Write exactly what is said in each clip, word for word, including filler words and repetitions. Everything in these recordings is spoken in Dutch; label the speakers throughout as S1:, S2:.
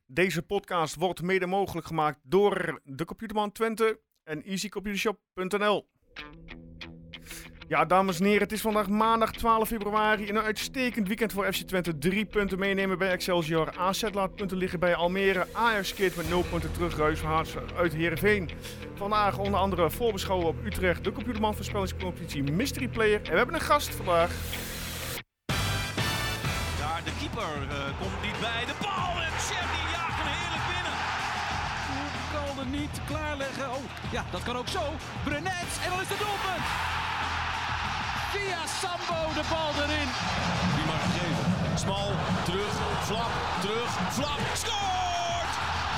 S1: Deze podcast wordt mede mogelijk gemaakt door de Computerman Twente en easy computer shop punt n l. Ja, dames en heren, het is vandaag maandag twaalf februari. Een uitstekend weekend voor F C Twente. Drie punten meenemen bij Excelsior. A Z laat punten liggen bij Almere. Ajax keert met nul punten terug. Ruisvaart uit Heerenveen. Vandaag onder andere voorbeschouwen op Utrecht. De Computerman voorspellingscompetitie Mystery Player. En we hebben een gast vandaag.
S2: Daar de keeper uh, komt niet bij. De bal en Chevy jaagt hem heerlijk binnen. Kalde niet klaarleggen. Oh, ja, dat kan ook zo. Brenet en dan is het doelpunt. Via Sambo de bal erin. Die mag geven. Smal, terug, Flap, terug, Flap, scoort!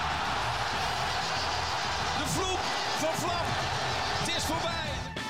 S2: De vloek van Flap. Het is voorbij.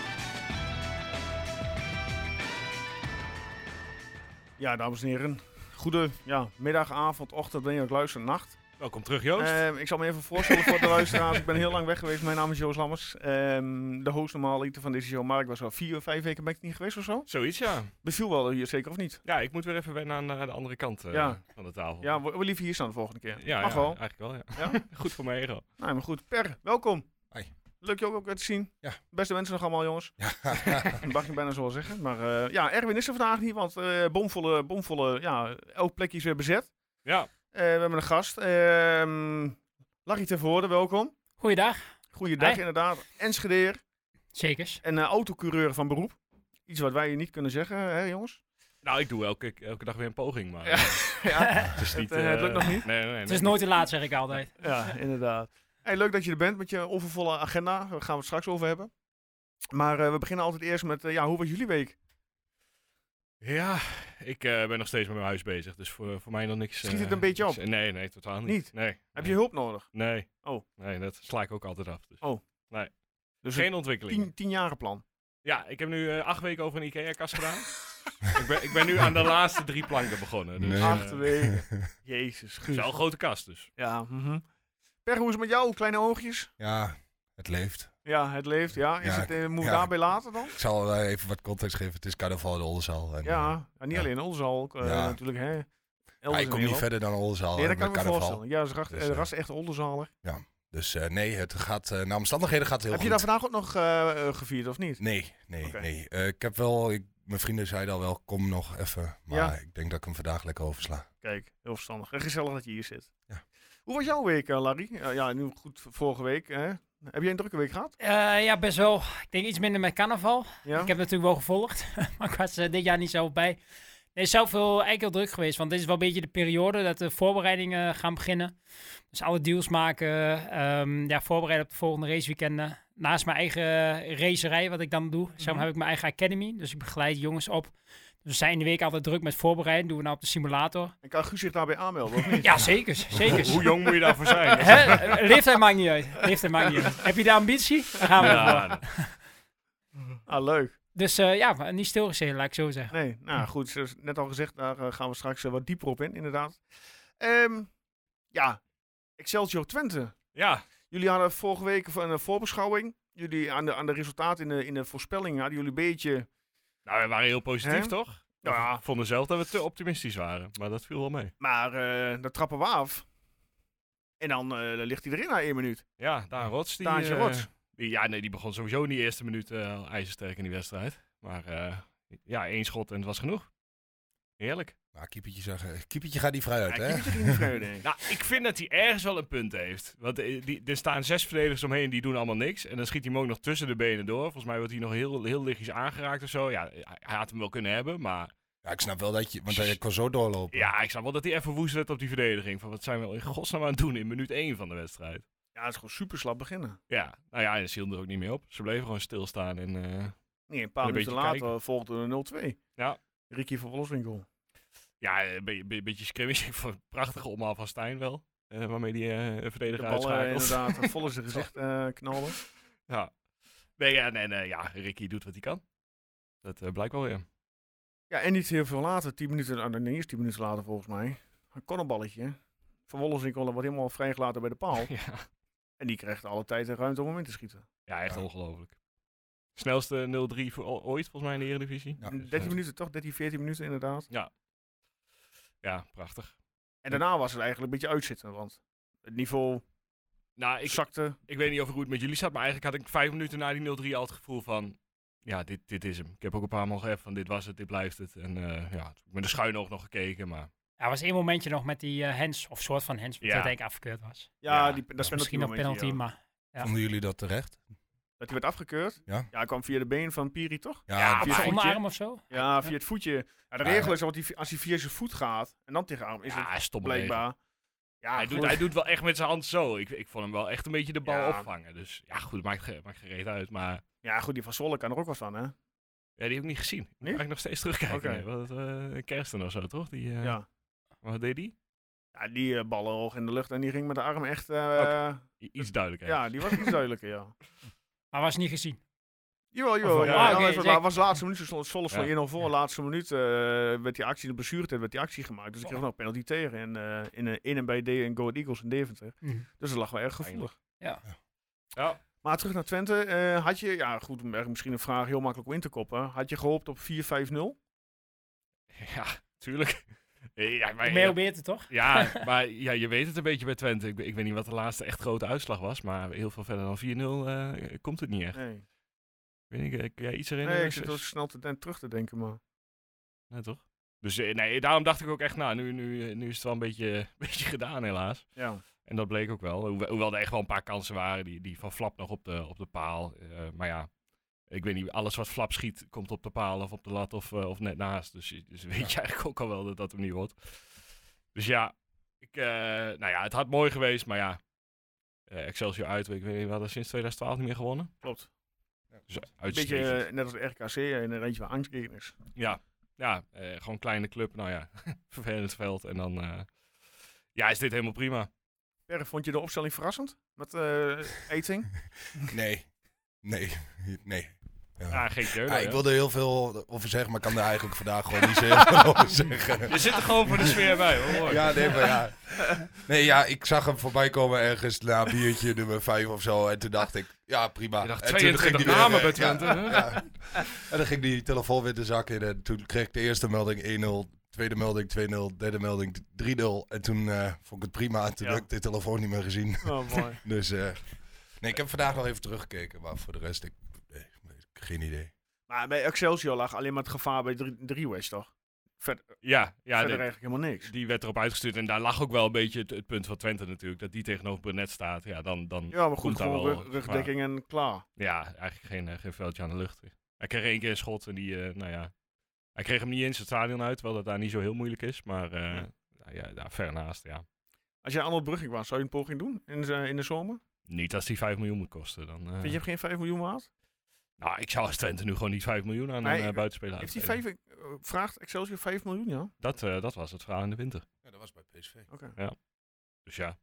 S1: Ja, dames en heren. Goede ja, middag, avond, ochtend, ben je ook luisteren, nacht.
S3: Welkom terug, Joost.
S1: Uh, ik zal me even voorstellen voor de luisteraars. Ik ben heel lang weg geweest. Mijn naam is Joost Lammers. Um, de host normaal van deze show. Maar ik was al vier of vijf weken ben ik niet geweest of zo.
S3: Zoiets, ja.
S1: Beviel wel hier zeker of niet?
S3: Ja, ik moet weer even wennen aan de andere kant uh,
S1: ja.
S3: van de tafel.
S1: Ja, we, we liever hier staan de volgende keer.
S3: Ja,
S1: Mag
S3: ja,
S1: wel.
S3: eigenlijk wel, ja.
S1: ja?
S3: Goed voor mijn ego.
S1: Nou, maar goed. Per, welkom.
S4: Hoi.
S1: Leuk je ook, ook weer te zien.
S4: Ja.
S1: Beste mensen nog allemaal, jongens.
S4: Ja.
S1: Dat mag je bijna zo wel zeggen. Maar uh, ja, Erwin is er vandaag niet, want uh, bomvolle, bomvolle, ja, elk plekje is weer bezet.
S3: Ja.
S1: Uh, we hebben een gast. Uh, Larry ter Voorde, welkom.
S5: Goeiedag.
S1: Goeiedag,
S5: Hi.
S1: inderdaad. Enschedeer.
S5: Zekers.
S1: En uh, autocoureur van beroep. Iets wat wij niet kunnen zeggen, hè jongens?
S3: Nou, ik doe elke, elke dag weer een poging, maar...
S1: Ja, ja.
S3: Het, is niet,
S1: het, uh, het lukt nog niet?
S3: Nee, nee, nee.
S5: Het is nooit te laat, zeg ik altijd.
S1: Ja, inderdaad. Hey, leuk dat je er bent met je overvolle agenda. Daar gaan we het straks over hebben. Maar uh, we beginnen altijd eerst met, uh, ja, hoe was jullie week?
S3: Ja, ik uh, ben nog steeds met mijn huis bezig, dus voor, voor mij nog niks... Uh,
S1: Schiet het een beetje op?
S3: niks, nee, nee, totaal niet.
S1: Niet?
S3: Nee.
S1: Heb
S3: nee.
S1: je hulp nodig?
S3: Nee.
S1: Oh.
S3: Nee, dat sla ik ook altijd af. Dus.
S1: Oh.
S3: Nee.
S1: Dus
S3: geen ontwikkeling.
S1: Tien, tien jaren plan.
S3: Ja, ik heb nu uh, acht weken over een IKEA-kast gedaan. ik, ben, ik ben nu aan de laatste drie planken begonnen. Dus,
S4: Nee.
S3: uh,
S1: Acht weken. Jezus.
S3: Het is wel een grote kast dus.
S1: Ja. Mm-hmm. Per, hoe is het met jou? Kleine oogjes?
S4: Ja, het leeft.
S1: Ja, het leeft. Ja. Is
S4: Ja,
S1: het, uh, moeten we
S4: ja.
S1: daarbij laten dan?
S4: Ik zal uh, even wat context geven. Het is carnaval in Oldenzaal. En,
S1: Ja, ja niet
S4: ja.
S1: alleen in Oldenzaal, ook uh,
S4: Ja.
S1: natuurlijk. Hè.
S4: ja,
S1: Elders
S4: ik kom
S1: in
S4: niet
S1: Nederland.
S4: verder dan Oldenzaal.
S1: Nee, dat
S4: uh,
S1: kan ik
S4: met
S1: me
S4: carnaval.
S1: voorstellen. Ja, ze rast,
S4: Dus,
S1: uh,
S4: uh,
S1: rast echt Oldenzaler.
S4: Dus uh, nee, het gaat, uh, naar omstandigheden gaat het heel
S1: Heb je
S4: goed.
S1: daar vandaag ook nog uh, uh, gevierd of niet?
S4: Nee, nee,
S1: Oké.
S4: nee. Uh, ik heb wel, ik, mijn vrienden zeiden al wel, kom nog even. Maar
S1: Ja.
S4: ik denk dat ik hem vandaag lekker oversla.
S1: Kijk, heel verstandig. En gezellig dat je hier zit.
S4: Ja.
S1: Hoe was jouw week, uh, Larry? Uh, ja, nu goed vorige week. Hè? Heb jij een drukke week gehad?
S5: Uh, ja, best wel. Ik denk iets minder met carnaval.
S1: Ja.
S5: Ik heb natuurlijk wel gevolgd, maar ik was uh, dit jaar niet zo bij. Nee, zelf wel eigenlijk heel druk geweest, want dit is wel een beetje de periode dat de voorbereidingen gaan beginnen. Dus alle deals maken, um, ja, voorbereiden op de volgende raceweekenden. Naast mijn eigen racerij, wat ik dan doe, mm-hmm. Zo heb ik mijn eigen academy. Dus ik begeleid jongens op. Dus we zijn in de week altijd druk met voorbereiden. Doen we nou op de simulator.
S1: En kan Guus zich daarbij aanmelden, of niet?
S5: Ja, zeker. zeker.
S3: Hoe jong moet je daarvoor zijn?
S5: Hè? Leeftijd maakt niet uit. Leeftijd maakt niet uit. Heb je de ambitie? Dan gaan we
S3: Ja,
S5: ervoor.
S1: Ah, leuk.
S5: Dus uh, ja, niet stilgezeten, laat ik zo zeggen.
S1: Nee, nou goed. Zoals net al gezegd, daar uh, gaan we straks uh, wat dieper op in, inderdaad. Um, ja, Excelsior Twente.
S3: Ja.
S1: Jullie hadden vorige week een uh, voorbeschouwing. Jullie aan de, aan de resultaten in de, in de voorspelling hadden jullie een beetje...
S3: Nou, we waren heel positief,
S1: Hè?
S3: toch?
S1: Ja.
S3: We vonden zelf dat we te optimistisch waren, maar dat viel wel mee.
S1: Maar uh, dat trappen we af. En dan uh, ligt hij erin na één minuut.
S3: Ja, Daan Rots. Die,
S1: Daantje
S3: uh,
S1: Rots.
S3: Die, ja, nee, die begon sowieso in die eerste minuut uh, al ijzersterk in die wedstrijd. Maar uh, ja, één schot en het was genoeg. Heerlijk.
S4: Nou, keepertje, zeggen, keepertje gaat niet vrij uit,
S1: Ja,
S4: hè?
S1: keepertje ging niet vreugde, denk ik.
S3: Nou, ik vind dat hij ergens wel een punt heeft. Want uh, die, er staan zes verdedigers omheen, die doen allemaal niks. En dan schiet hij hem ook nog tussen de benen door. Volgens mij wordt hij nog heel, heel lichtjes aangeraakt of zo. Ja, hij had hem wel kunnen hebben, maar...
S4: Ja, ik snap wel dat je, want hij kon zo doorlopen.
S3: Ja, ik snap wel dat hij even woest werd op die verdediging. Van wat zijn we in godsnaam aan het doen in minuut één van de wedstrijd.
S1: Ja, het is gewoon super slap beginnen.
S3: Ja, nou ja, en ze hielden er ook niet meer op. Ze bleven gewoon stilstaan en... Uh,
S1: Nee, een paar
S3: een
S1: minuten
S3: beetje
S1: later
S3: kijken.
S1: volgde de nul twee.
S3: Ja.
S1: Ricky van Wolfswinkel.
S3: Ja, een beetje, be- beetje scrimmage. Ik vond het een prachtige omhaal van Stijn wel. Uh, waarmee die uh,
S1: De
S3: verdediger
S1: bal uh,
S3: uitschakelt.
S1: inderdaad vol in zijn gezicht uh, knalde.
S3: Ja. Nee, ja, nee, nee, ja, Ricky doet wat hij kan. Dat uh, blijkt wel weer.
S1: Ja, en niet heel veel later, tien minuten, uh, nee, eerst tien minuten later volgens mij. Een cornerballetje. Van Wolfswinkel wordt helemaal vrijgelaten bij de paal.
S3: Ja.
S1: En die krijgt alle tijd en ruimte om hem in te schieten.
S3: Ja, echt
S4: Ja.
S3: ongelooflijk. Snelste nul drie voor o- ooit, volgens mij, in de Eredivisie.
S4: Ja.
S1: dertien minuten toch? dertien, veertien minuten inderdaad.
S3: Ja, prachtig.
S1: En daarna was het eigenlijk een beetje uitzitten. Want Het niveau
S3: Nou, ik,
S1: zakte.
S3: ik weet niet of hoe het met jullie zat, maar eigenlijk had ik vijf minuten na die nul drie al het gevoel van... Ja, dit, dit is hem. Ik heb ook een paar maal geëft van dit was het, dit blijft het. En uh, ja, met de schuine oog nog gekeken, maar...
S5: Ja, er was één momentje nog met die uh, hands, of soort van hands, wat
S3: Ja.
S5: uiteindelijk afgekeurd was.
S1: Ja,
S3: Ja,
S1: die, dat
S5: Dat
S1: is
S5: is misschien nog penalty,
S1: ja.
S5: maar... Ja.
S4: Vonden jullie dat terecht?
S1: Dat hij werd afgekeurd.
S4: Ja.
S1: Ja, hij kwam via de been van Piri, toch?
S4: Ja,
S3: Ja,
S4: dat-
S1: via
S5: Of
S1: het
S5: zijn
S1: voetje.
S5: onderarm of zo?
S1: Ja, via het voetje. Ja, de
S4: Ja,
S1: regel
S4: ja.
S1: is dat hij, als hij via zijn voet gaat en dan tegen arm, is
S3: ja,
S1: het
S3: stomme regel.
S1: blijkbaar. Ja,
S3: Hij doet,
S1: goed.
S3: hij doet wel echt met zijn hand zo. Ik, ik vond hem wel echt een beetje de bal
S1: Ja.
S3: opvangen. Dus ja, goed, maakt, ge- maakt gereed uit. Maar
S1: Ja, goed, die van Zwolle kan er ook wat van, hè?
S3: ja, die heb ik niet gezien. Die
S1: Nee?
S3: mag ik nog steeds terugkijken.
S1: Oké.
S3: Nee, wat, uh, Kersten of zo, toch? Die, uh,
S1: Ja.
S3: Wat deed die?
S1: Ja, die uh, ballen hoog in de lucht en die ging met de arm echt... Uh,
S3: Oké. I- iets duidelijker.
S1: ja, die was iets duidelijker, ja.
S5: Maar was niet gezien.
S1: Jawel, jawel.
S5: Of-
S1: Ja,
S5: ah,
S1: ja,
S5: oké,
S1: het
S5: zeker.
S1: was de laatste minuut, stond Zwolle
S3: Ja.
S1: van één nul voor. Laatste minuut uh, werd die actie, de blessuretijd werd die actie gemaakt. Dus ik kreeg nog penalty tegen in, uh, in, uh, in en bij D en Go Ahead Eagles in Deventer.
S5: Mm.
S1: Dus dat lag wel erg gevoelig.
S3: Ja.
S1: Maar terug naar Twente. Uh, had je, ja goed, misschien een vraag heel makkelijk om in te koppen. Had je gehoopt op vier vijf nul?
S3: Ja, tuurlijk. Ja, maar,
S5: Meer beter, toch?
S3: ja, maar ja, je weet het een beetje bij Twente. Ik, ik weet niet wat de laatste echt grote uitslag was. Maar heel veel verder dan vier nul uh, komt het niet echt.
S1: Nee.
S3: Weet ik, kun jij iets herinneren?
S1: Nee, ik zit wel snel te den- terug te denken, maar...
S3: Nee, toch? Dus eh, nee, daarom dacht ik ook echt, nou, nu, nu, nu is het wel een beetje, een beetje gedaan helaas.
S1: Ja.
S3: En dat bleek ook wel. Hoewel, hoewel er echt wel een paar kansen waren, die, die van Flap nog op de, op de paal. Uh, maar ja, ik weet niet, alles wat Flap schiet, komt op de paal of op de lat of, uh, of net naast. Dus, dus weet je eigenlijk ook al wel dat dat hem niet wordt. Dus ja, ik, uh, nou ja, het had mooi geweest, maar ja. Uh, Excelsior uit, ik weet niet, we hadden sinds twintig twaalf niet meer gewonnen.
S1: Klopt.
S3: Dus
S1: Een
S3: uitstekend.
S1: beetje uh, net als de R K C en een eentje van angstgekers.
S3: Ja, ja uh, gewoon kleine club. Nou ja, vervelend veld. En dan uh, ja, is dit helemaal prima.
S1: Per, vond je de opstelling verrassend? Met uh, Eting?
S4: Nee. Nee. Nee. Ja.
S3: Ja, geen kleur.
S4: Ja, ik wilde heel veel over zeggen, maar ik kan er eigenlijk vandaag gewoon niet zo heel veel over zeggen.
S3: Je zit er gewoon voor de sfeer bij, hoor. Mooi.
S4: Ja, nee, maar ja. Nee, ja, ik zag hem voorbij komen ergens na biertje nummer vijf of zo. En toen dacht ik, ja, prima.
S3: Je dacht
S4: En toen
S3: tweeëntwintig
S4: ging die
S3: namen
S4: weer,
S3: bij
S4: ja,
S3: Twente, hè?
S4: ja. En dan ging die telefoon weer de zak in. En toen kreeg ik de eerste melding één nul. Tweede melding twee nul. Derde melding drie nul. En toen uh, vond ik het prima. En toen
S1: Ja.
S4: heb ik de telefoon niet meer gezien.
S1: Oh, mooi.
S4: Dus uh, nee, ik heb vandaag nog even teruggekeken. Maar voor de rest, ik, nee, geen idee.
S1: Maar bij Excelsior lag alleen maar het gevaar bij drie, drie West, toch? Ver,
S3: Ja, ja
S1: verder
S3: de,
S1: eigenlijk helemaal niks.
S3: die werd erop uitgestuurd. En daar lag ook wel een beetje het, het punt van Twente natuurlijk. Dat die tegenover Brenet staat. Ja, dan, dan
S1: Ja, maar goed,
S3: komt daar
S1: gewoon
S3: wel
S1: rug, rugdekking en klaar.
S3: ja, eigenlijk geen, uh, geen veldje aan de lucht. Hij kreeg één keer een schot en die, uh, nou ja... Hij kreeg hem niet in zijn stadion uit, terwijl dat daar niet zo heel moeilijk is. Maar uh, ja. Nou ja, daar ver naast, ja.
S1: Als jij Arnold Brugging was, zou je een poging doen in de, in de zomer?
S3: Niet als die vijf miljoen moet kosten. Dan, uh,
S1: Vind je hem geen vijf miljoen waard?
S3: Nou, ik zou als Twente nu gewoon niet vijf miljoen aan
S1: Nee,
S3: een uh, buitenspeler
S1: Heeft hij
S3: uitgeven.
S1: vijf, uh, vraagt Excelsior vijf miljoen, ja?
S3: Dat, uh, dat was het verhaal in de winter.
S4: Ja, dat was bij P S V.
S1: Oké. Okay.
S3: Dus ja.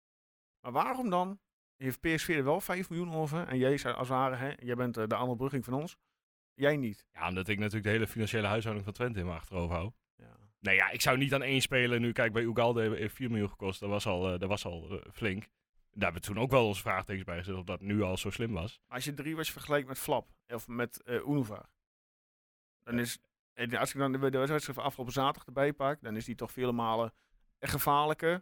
S1: Maar waarom dan heeft P S V er wel vijf miljoen over en jij als het ware, hè, jij bent uh, de Arnold Brugging van ons, jij niet?
S3: Ja, omdat ik natuurlijk de hele financiële huishouding van Twente in mijn achterhoofd hou.
S1: Ja.
S3: Nee, ja, ik zou niet aan één speler nu... Kijk, bij Ugalde heeft vier miljoen gekost. Dat was al, uh, dat was al uh, flink. Daar hebben we toen ook wel onze vraagtekens bij gezet of dat nu al zo slim was.
S1: Maar als je drie was vergelijkt met Flap of met uh, Unuvar, dan
S3: Ja.
S1: is, als ik dan de wedstrijd van afgelopen zaterdag erbij pak, dan is die toch vele malen echt gevaarlijker.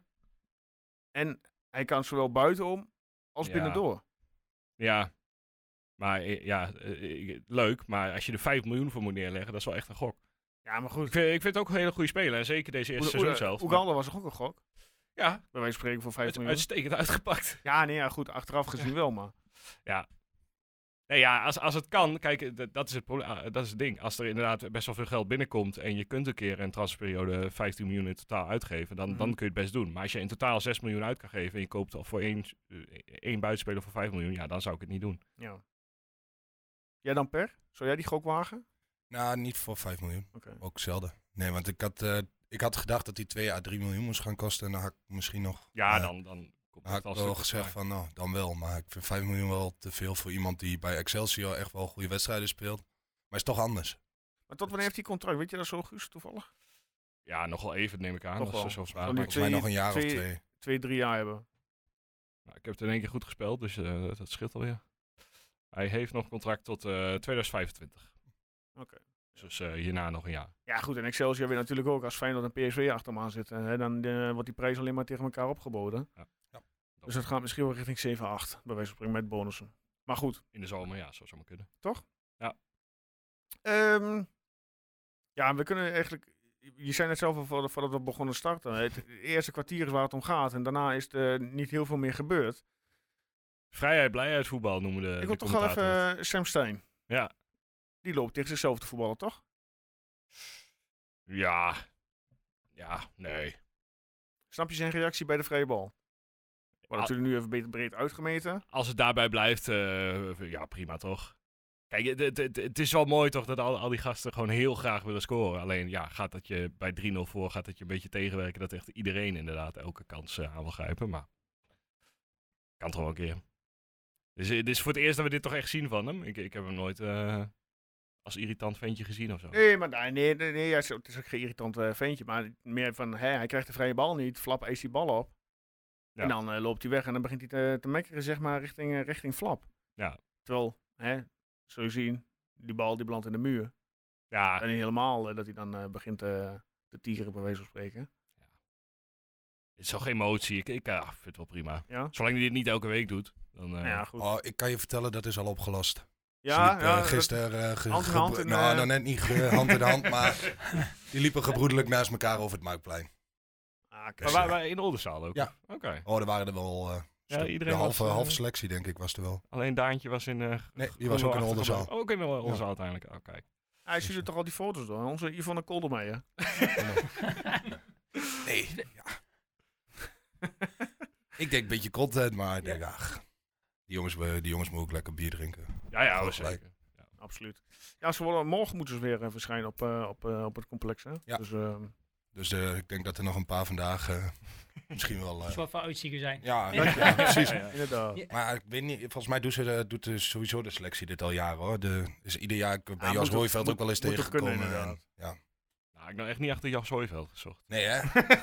S1: En hij kan zowel buitenom als
S3: Ja.
S1: binnendoor.
S3: Ja, maar uh, ja, uh, leuk. Maar als je er vijf miljoen voor moet neerleggen, dat is wel echt een gok.
S1: Ja, maar goed.
S3: Ik vind, ik vind het ook een hele goede speler. En zeker deze eerste seizoen zelf.
S1: Ugalde was toch ook een gok?
S3: Ja,
S1: Bij wijze van spreken voor vijf
S3: het,
S1: miljoen.
S3: uitstekend uitgepakt.
S1: Ja, nee, ja, goed. Achteraf gezien wel, maar.
S3: Ja. Nee, ja, als, als het kan, kijk, dat, dat, is het probleem, dat is het ding. Als er inderdaad best wel veel geld binnenkomt en je kunt een keer een transferperiode vijftien miljoen in totaal uitgeven, dan,
S1: Mm-hmm.
S3: dan kun je het best doen. Maar als je in totaal zes miljoen uit kan geven en je koopt al voor één, uh, één buitenspeler voor vijf miljoen, ja, dan zou ik het niet doen.
S1: Ja. Jij dan Per? Zou jij die gok wagen?
S4: Nou, niet voor vijf miljoen.
S1: Oké.
S4: Ook zelden. Nee, want ik had, uh, ik had gedacht dat die twee à drie miljoen moest gaan kosten. En dan had ik misschien nog...
S3: Ja,
S4: uh,
S3: dan, dan komt
S4: Dan had
S3: het
S4: ik
S3: al
S4: wel
S3: stuk
S4: gezegd
S3: te
S4: van, nou, dan wel. Maar ik vind vijf miljoen wel te veel voor iemand die bij Excelsior echt wel goede wedstrijden speelt. Maar is toch anders.
S1: Maar tot wanneer heeft hij contract? Weet je dat zo, Guus, toevallig?
S3: Ja, nogal even neem ik aan.
S1: Toch
S3: Als
S1: wel.
S3: er zo
S1: Zal
S3: vraag
S1: die
S3: maakt.
S4: Volgens mij
S1: twee-
S4: nog een jaar
S1: twee-
S4: of twee.
S1: Twee, drie jaar hebben.
S3: Nou, ik heb het in één keer goed gespeeld, dus uh, dat, dat scheelt alweer. Hij heeft nog contract tot uh, tweeduizend vijfentwintig.
S1: Oké.
S3: Dus uh, hierna nog een jaar.
S1: Ja, goed. En Excelsior weet natuurlijk ook, als Feyenoord en P S V achter hem aan zitten, hè, dan uh, wordt die prijs alleen maar tegen elkaar opgeboden.
S3: Ja.
S4: Ja.
S1: Dus dat gaat misschien wel richting zeven acht, bij wijze van spreken, met bonussen. Maar goed.
S3: In de zomer, ja, zo zou maar kunnen.
S1: Um, ja, we kunnen eigenlijk... Je zei net zelf al voordat voordat we begonnen te starten. Het eerste kwartier is waar het om gaat. En daarna is er niet heel veel meer gebeurd.
S3: Vrijheid, blijheid voetbal noemen de
S1: Ik wil
S3: de
S1: toch wel
S3: commentator.
S1: even uh, Sam Stein.
S3: Ja.
S1: Die loopt tegen zichzelf te voetballen, toch?
S3: Ja. Ja, nee.
S1: Snap je zijn reactie bij de vrije bal? Wordt
S3: Al-
S1: natuurlijk nu even beter breed uitgemeten.
S3: Als het daarbij blijft, uh, ja, prima toch. Kijk, het, het, het, het is wel mooi toch dat al, al die gasten gewoon heel graag willen scoren. Alleen, ja, gaat dat je bij drie nul voor, gaat dat je een beetje tegenwerken dat echt iedereen inderdaad elke kans uh, aan wil grijpen. Maar kan toch wel een keer. Dus dit is voor het eerst dat we dit toch echt zien van hem. Ik, ik heb hem nooit uh, als irritant ventje gezien of zo.
S1: Nee, maar nee, nee, nee, nee, het is ook geen irritant uh, ventje. Maar meer van, hè, hij krijgt de vrije bal niet. Flap eist die bal op. Ja. En dan uh, loopt hij weg en dan begint hij te, te mekkeren, zeg maar, richting, uh, richting Flap.
S3: Ja.
S1: Terwijl, hè, zul je zien, die bal die belandt in de muur.
S3: Ja.
S1: En niet helemaal uh, dat hij dan uh, begint uh, te tieren, bij wijze van spreken.
S3: Ja. Het is toch geen emotie. Ik, ik uh, vind het wel prima.
S1: Ja?
S3: Zolang hij dit niet elke week doet. Dan, uh...
S1: ja, goed.
S4: Oh, ik kan je vertellen, dat is al opgelost.
S1: Ja,
S4: liep,
S1: ja
S4: uh, gisteren... Uh, ge-
S1: hand in hand.
S4: ge-
S1: En,
S4: nou,
S1: uh...
S4: nou, net niet ge- hand in hand, maar die liepen gebroedelijk naast elkaar over het Marktplein.
S1: Ah,
S3: maar waar, waar, in Oldenzaal ook?
S4: Ja.
S3: Oké. Okay.
S4: Oh, er waren er wel... Uh,
S3: ja, iedereen
S4: de halve,
S3: was, uh,
S4: halve selectie, denk ik, was er wel.
S3: Alleen Daantje was in... Uh,
S4: nee, die was ook in Oldenzaal.
S3: Oh, ook in Oldenzaal ja. uiteindelijk. Oké. Okay.
S1: Hij stuurde toch al die foto's door. Onze Yvonne Koldermeijer.
S4: nee, ja. Ik denk een beetje content, maar ik denk, ja. ach, die jongens, die jongens moeten ook lekker bier drinken.
S3: Ja, ja, dat zeker.
S1: Ja. Absoluut. Ja, ze worden, morgen moeten ze weer uh, verschijnen op, uh, op, uh, op het complex. Hè?
S4: Ja.
S1: Dus, uh,
S4: dus uh, ik denk dat er nog een paar vandaag uh, misschien wel... Uh,
S5: een soort van uitzieken zijn.
S4: Ja, ja. ja precies.
S1: Ja, inderdaad.
S4: Maar ik weet niet, volgens mij doet, ze de, doet de, sowieso de selectie dit al jaren hoor. De, is ieder jaar bij ja, Jas Hooiveld ook wel eens tegengekomen. En, ja.
S3: Nou, ik ben echt niet achter Jas Hooiveld gezocht.
S4: Nee hè?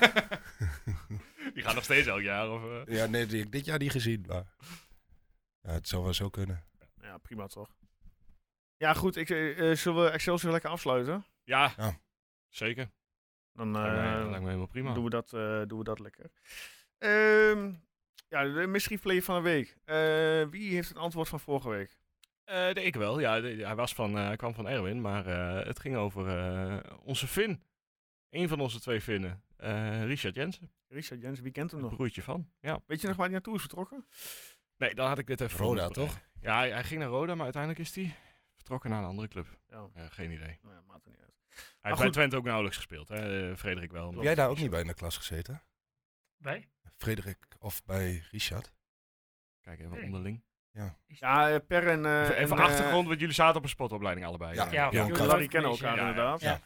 S3: Die gaat nog steeds elk jaar. Of, uh...
S4: Ja, nee, die, dit jaar niet gezien. Maar ja, het zou wel zo kunnen.
S1: Ja, prima toch. Ja goed, ik, uh, zullen we Excelsior lekker afsluiten?
S3: Ja,
S4: ja.
S3: zeker.
S1: Dan uh,
S3: lijkt, me, lijkt me helemaal prima.
S1: Doen we dat, uh, doen we dat lekker. Um, ja, de mystery player van de week. Uh, wie heeft het antwoord van vorige week?
S3: Uh, de, ik wel, ja. De, hij was van, uh, kwam van Erwin, maar uh, het ging over uh, onze Finn. Eén van onze twee Finnen. Uh, Richard Jensen.
S1: Richard Jensen, wie kent hem nog?
S3: Een broertje van, ja.
S1: Weet je nog waar hij naartoe is vertrokken?
S3: Nee, dan had ik dit even...
S4: Roda,
S3: voor,
S4: toch?
S3: Ja, hij, hij ging naar Roda, maar uiteindelijk is hij vertrokken naar een andere club.
S1: Ja.
S3: Uh, geen idee.
S1: Nou ja, maakt er niet uit.
S3: Hij heeft bij Twente ook nauwelijks gespeeld, hè? Uh, Frederik wel.
S4: Heb jij daar ook niet bij in de klas gezeten?
S5: Bij?
S4: Frederik of bij Richard?
S3: Kijk even onderling.
S4: Ja,
S1: ja Per en... Uh,
S3: even even
S1: en,
S3: achtergrond,
S1: uh,
S3: want jullie zaten op een sportopleiding allebei.
S4: Ja,
S5: ja,
S4: ja,
S1: ja die kennen elkaar
S5: ja,
S1: inderdaad.
S5: Ja.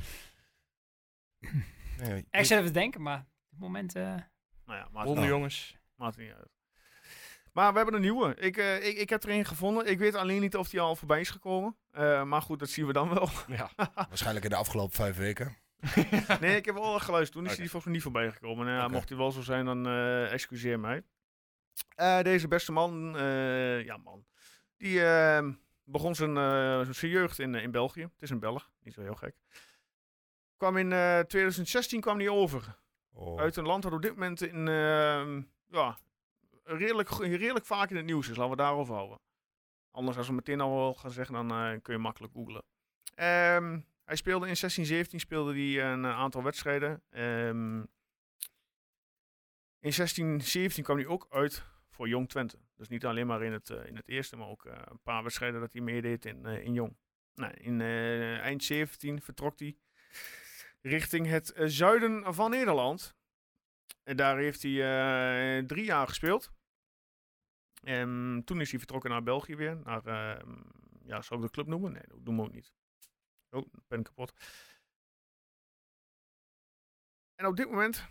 S4: Ja. Nee,
S5: ik zit even te denken, maar op het moment... Uh...
S1: Nou ja, maakt
S3: Ronde
S1: het
S3: jongens.
S1: Maakt het niet uit. Maar we hebben een nieuwe. Ik, uh, ik, ik heb er een gevonden. Ik weet alleen niet of die al voorbij is gekomen. Uh, maar goed, dat zien we dan wel.
S3: Ja.
S4: Waarschijnlijk in de afgelopen vijf weken.
S1: Nee, ik heb wel geluisterd. Toen is
S3: Okay.
S1: die volgens mij niet voorbij gekomen. Nou, ja,
S4: Okay.
S1: mocht hij wel zo zijn, dan uh, excuseer mij. Uh, deze beste man, uh, ja man, die uh, begon zijn, uh, zijn jeugd in, uh, in België. Het is een Belg, niet zo heel gek. Kwam in uh, twintig zestien kwam hij over.
S4: Oh.
S1: Uit een land dat op dit moment in, uh, ja, redelijk, redelijk vaak in het nieuws is. Laten we daarover houden. Anders als we meteen al wel gaan zeggen, dan uh, kun je makkelijk googlen. Um, hij speelde in zestien zeventien speelde hij een uh, aantal wedstrijden. Um, in zestien zeventien kwam hij ook uit voor Jong Twente. Dus niet alleen maar in het, uh, in het eerste, maar ook uh, een paar wedstrijden dat hij meedeed in, uh, in Jong. Nou, in uh, eind zeventien vertrok hij richting het uh, zuiden van Nederland. En daar heeft hij uh, drie jaar gespeeld. En toen is hij vertrokken naar België weer. Naar, uh, ja, zou ik de club noemen? Nee, dat doen we ook niet. Oh, ben ik kapot. En op dit moment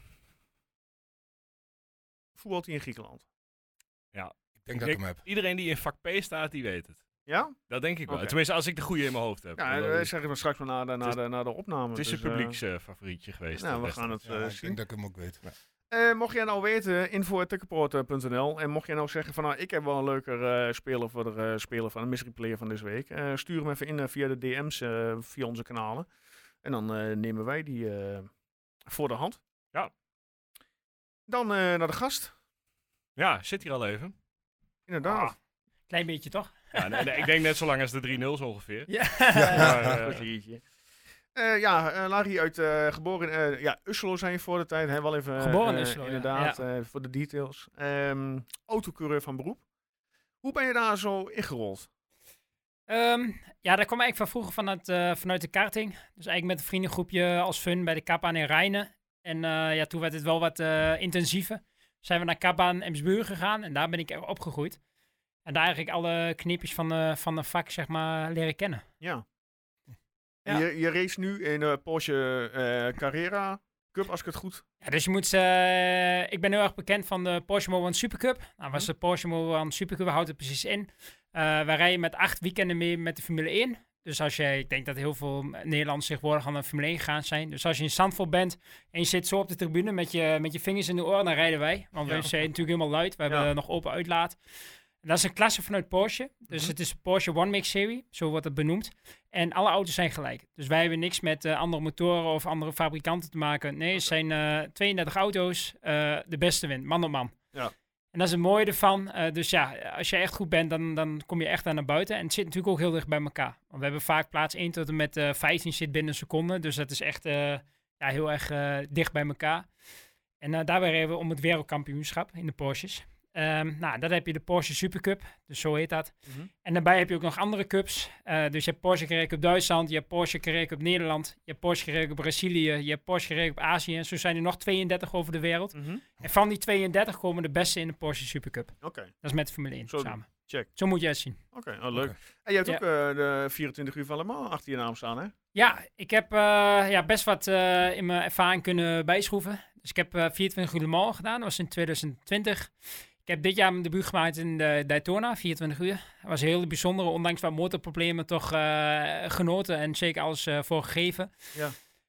S1: voetbalt hij in Griekenland.
S3: Ja,
S4: ik denk dat ik hem heb.
S3: Iedereen die in vak P staat, die weet het.
S1: Ja?
S3: Dat denk ik wel.
S1: Okay.
S3: Tenminste, als ik de goede in mijn hoofd heb.
S1: Ja, dat zeggen we straks maar na de, na
S3: is,
S1: de, na de opname.
S3: Het is
S1: dus,
S3: een publieksfavorietje uh, geweest.
S1: Nou, we gaan het uh,
S4: ja,
S1: zien.
S4: Ik denk dat ik hem ook weet. Ja.
S1: Uh, mocht jij nou weten, info at tikkenpoort punt n l. En mocht jij nou zeggen van, nou, ik heb wel een leuker uh, speler voor de uh, speler van de mystery player van deze week. Uh, stuur hem even in uh, via de D M's, uh, via onze kanalen. En dan uh, nemen wij die uh, voor de hand.
S3: Ja.
S1: Dan uh, naar de gast.
S3: Ja, zit hier al even.
S1: Inderdaad.
S5: Ah, klein beetje toch?
S3: Ja, nee, nee, ik denk net zo lang als de drie nul zo ongeveer.
S5: Ja.
S3: Maar, eh,
S1: Kwartiertje. Eh, ja, eh, Larry uit, eh, geboren in uh, ja, Usselo zijn je voor de tijd. Hè, wel even,
S5: Geboren in
S1: eh,
S5: Usselo, ja.
S1: inderdaad,
S5: Ja.
S1: eh, voor de details. Um, autocoureur van beroep. Hoe ben je daar zo ingerold?
S5: Um, ja, dat kwam eigenlijk van vroeger vanuit, uh, vanuit de karting. Dus eigenlijk met een vriendengroepje als fun bij de Kapbaan in Rijnen. En uh, ja, toen werd het wel wat uh, intensiever. Zijn we naar Kapbaan Emsbuur gegaan en daar ben ik er opgegroeid. En daar eigenlijk alle kneepjes van de, van de vak, zeg maar, leren kennen.
S1: Ja.
S5: Ja.
S1: En je, je race nu in de Porsche uh, Carrera Cup, als ik het goed...
S5: Ja, dus je moet... Uh, ik ben heel erg bekend van de Porsche Mobil One Supercup. Nou, was de Porsche Mobil One Supercup, houdt het precies in. Uh, wij rijden met acht weekenden mee met de Formule één. Dus als je, ik denk dat heel veel Nederlanders tegenwoordig aan de Formule één gegaan zijn. Dus als je in Zandvoort bent en je zit zo op de tribune met je, met je vingers in de oren, dan rijden wij. Want ja. we zijn natuurlijk helemaal luid. We hebben
S1: ja.
S5: nog open uitlaat. En dat is een klasse vanuit Porsche. Dus
S1: Mm-hmm.
S5: het is de Porsche One Make Series, zo wordt het benoemd. En alle auto's zijn gelijk. Dus wij hebben niks met uh, andere motoren of andere fabrikanten te maken. Nee, het zijn uh, tweeëndertig auto's, uh, de beste wint, man op man.
S1: Ja.
S5: En dat is het mooie ervan. Uh, dus ja, als je echt goed bent, dan, dan kom je echt aan naar buiten. En het zit natuurlijk ook heel dicht bij elkaar. Want we hebben vaak plaats één tot en met uh, vijftien zit binnen een seconde. Dus dat is echt uh, ja, heel erg uh, dicht bij elkaar. En uh, daarbij rijden we om het wereldkampioenschap in de Porsches. Um, nou, dan heb je de Porsche Supercup, dus zo heet dat.
S1: Mm-hmm.
S5: En daarbij heb je ook nog andere cups. Uh, dus je hebt Porsche Carrera Cup Duitsland, je hebt Porsche Carrera Cup Nederland, je hebt Porsche Carrera Cup Brazilië, je hebt Porsche Carrera Cup Azië. En zo zijn er nog tweeëndertig over de wereld.
S1: Mm-hmm.
S5: En van die tweeëndertig komen de beste in de Porsche Supercup.
S1: Oké. Okay.
S5: Dat is met de Formule één
S1: zo
S5: samen.
S1: Check.
S5: Zo moet je het zien.
S1: Oké, okay, oh, leuk. Okay. En je hebt
S5: ja.
S1: ook uh, de vierentwintig uur van Le Mans achter je naam staan, hè?
S5: Ja, ik heb uh, ja, best wat uh, in mijn ervaring kunnen bijschroeven. Dus ik heb uh, vierentwintig uur Le Mans gedaan, dat was in twintig twintig. Ik heb dit jaar mijn debuut gemaakt in de Daytona, vierentwintig uur. Dat was een heel bijzonder, ondanks wat motorproblemen toch uh, genoten en zeker alles uh, voor gegeven.
S1: Ja.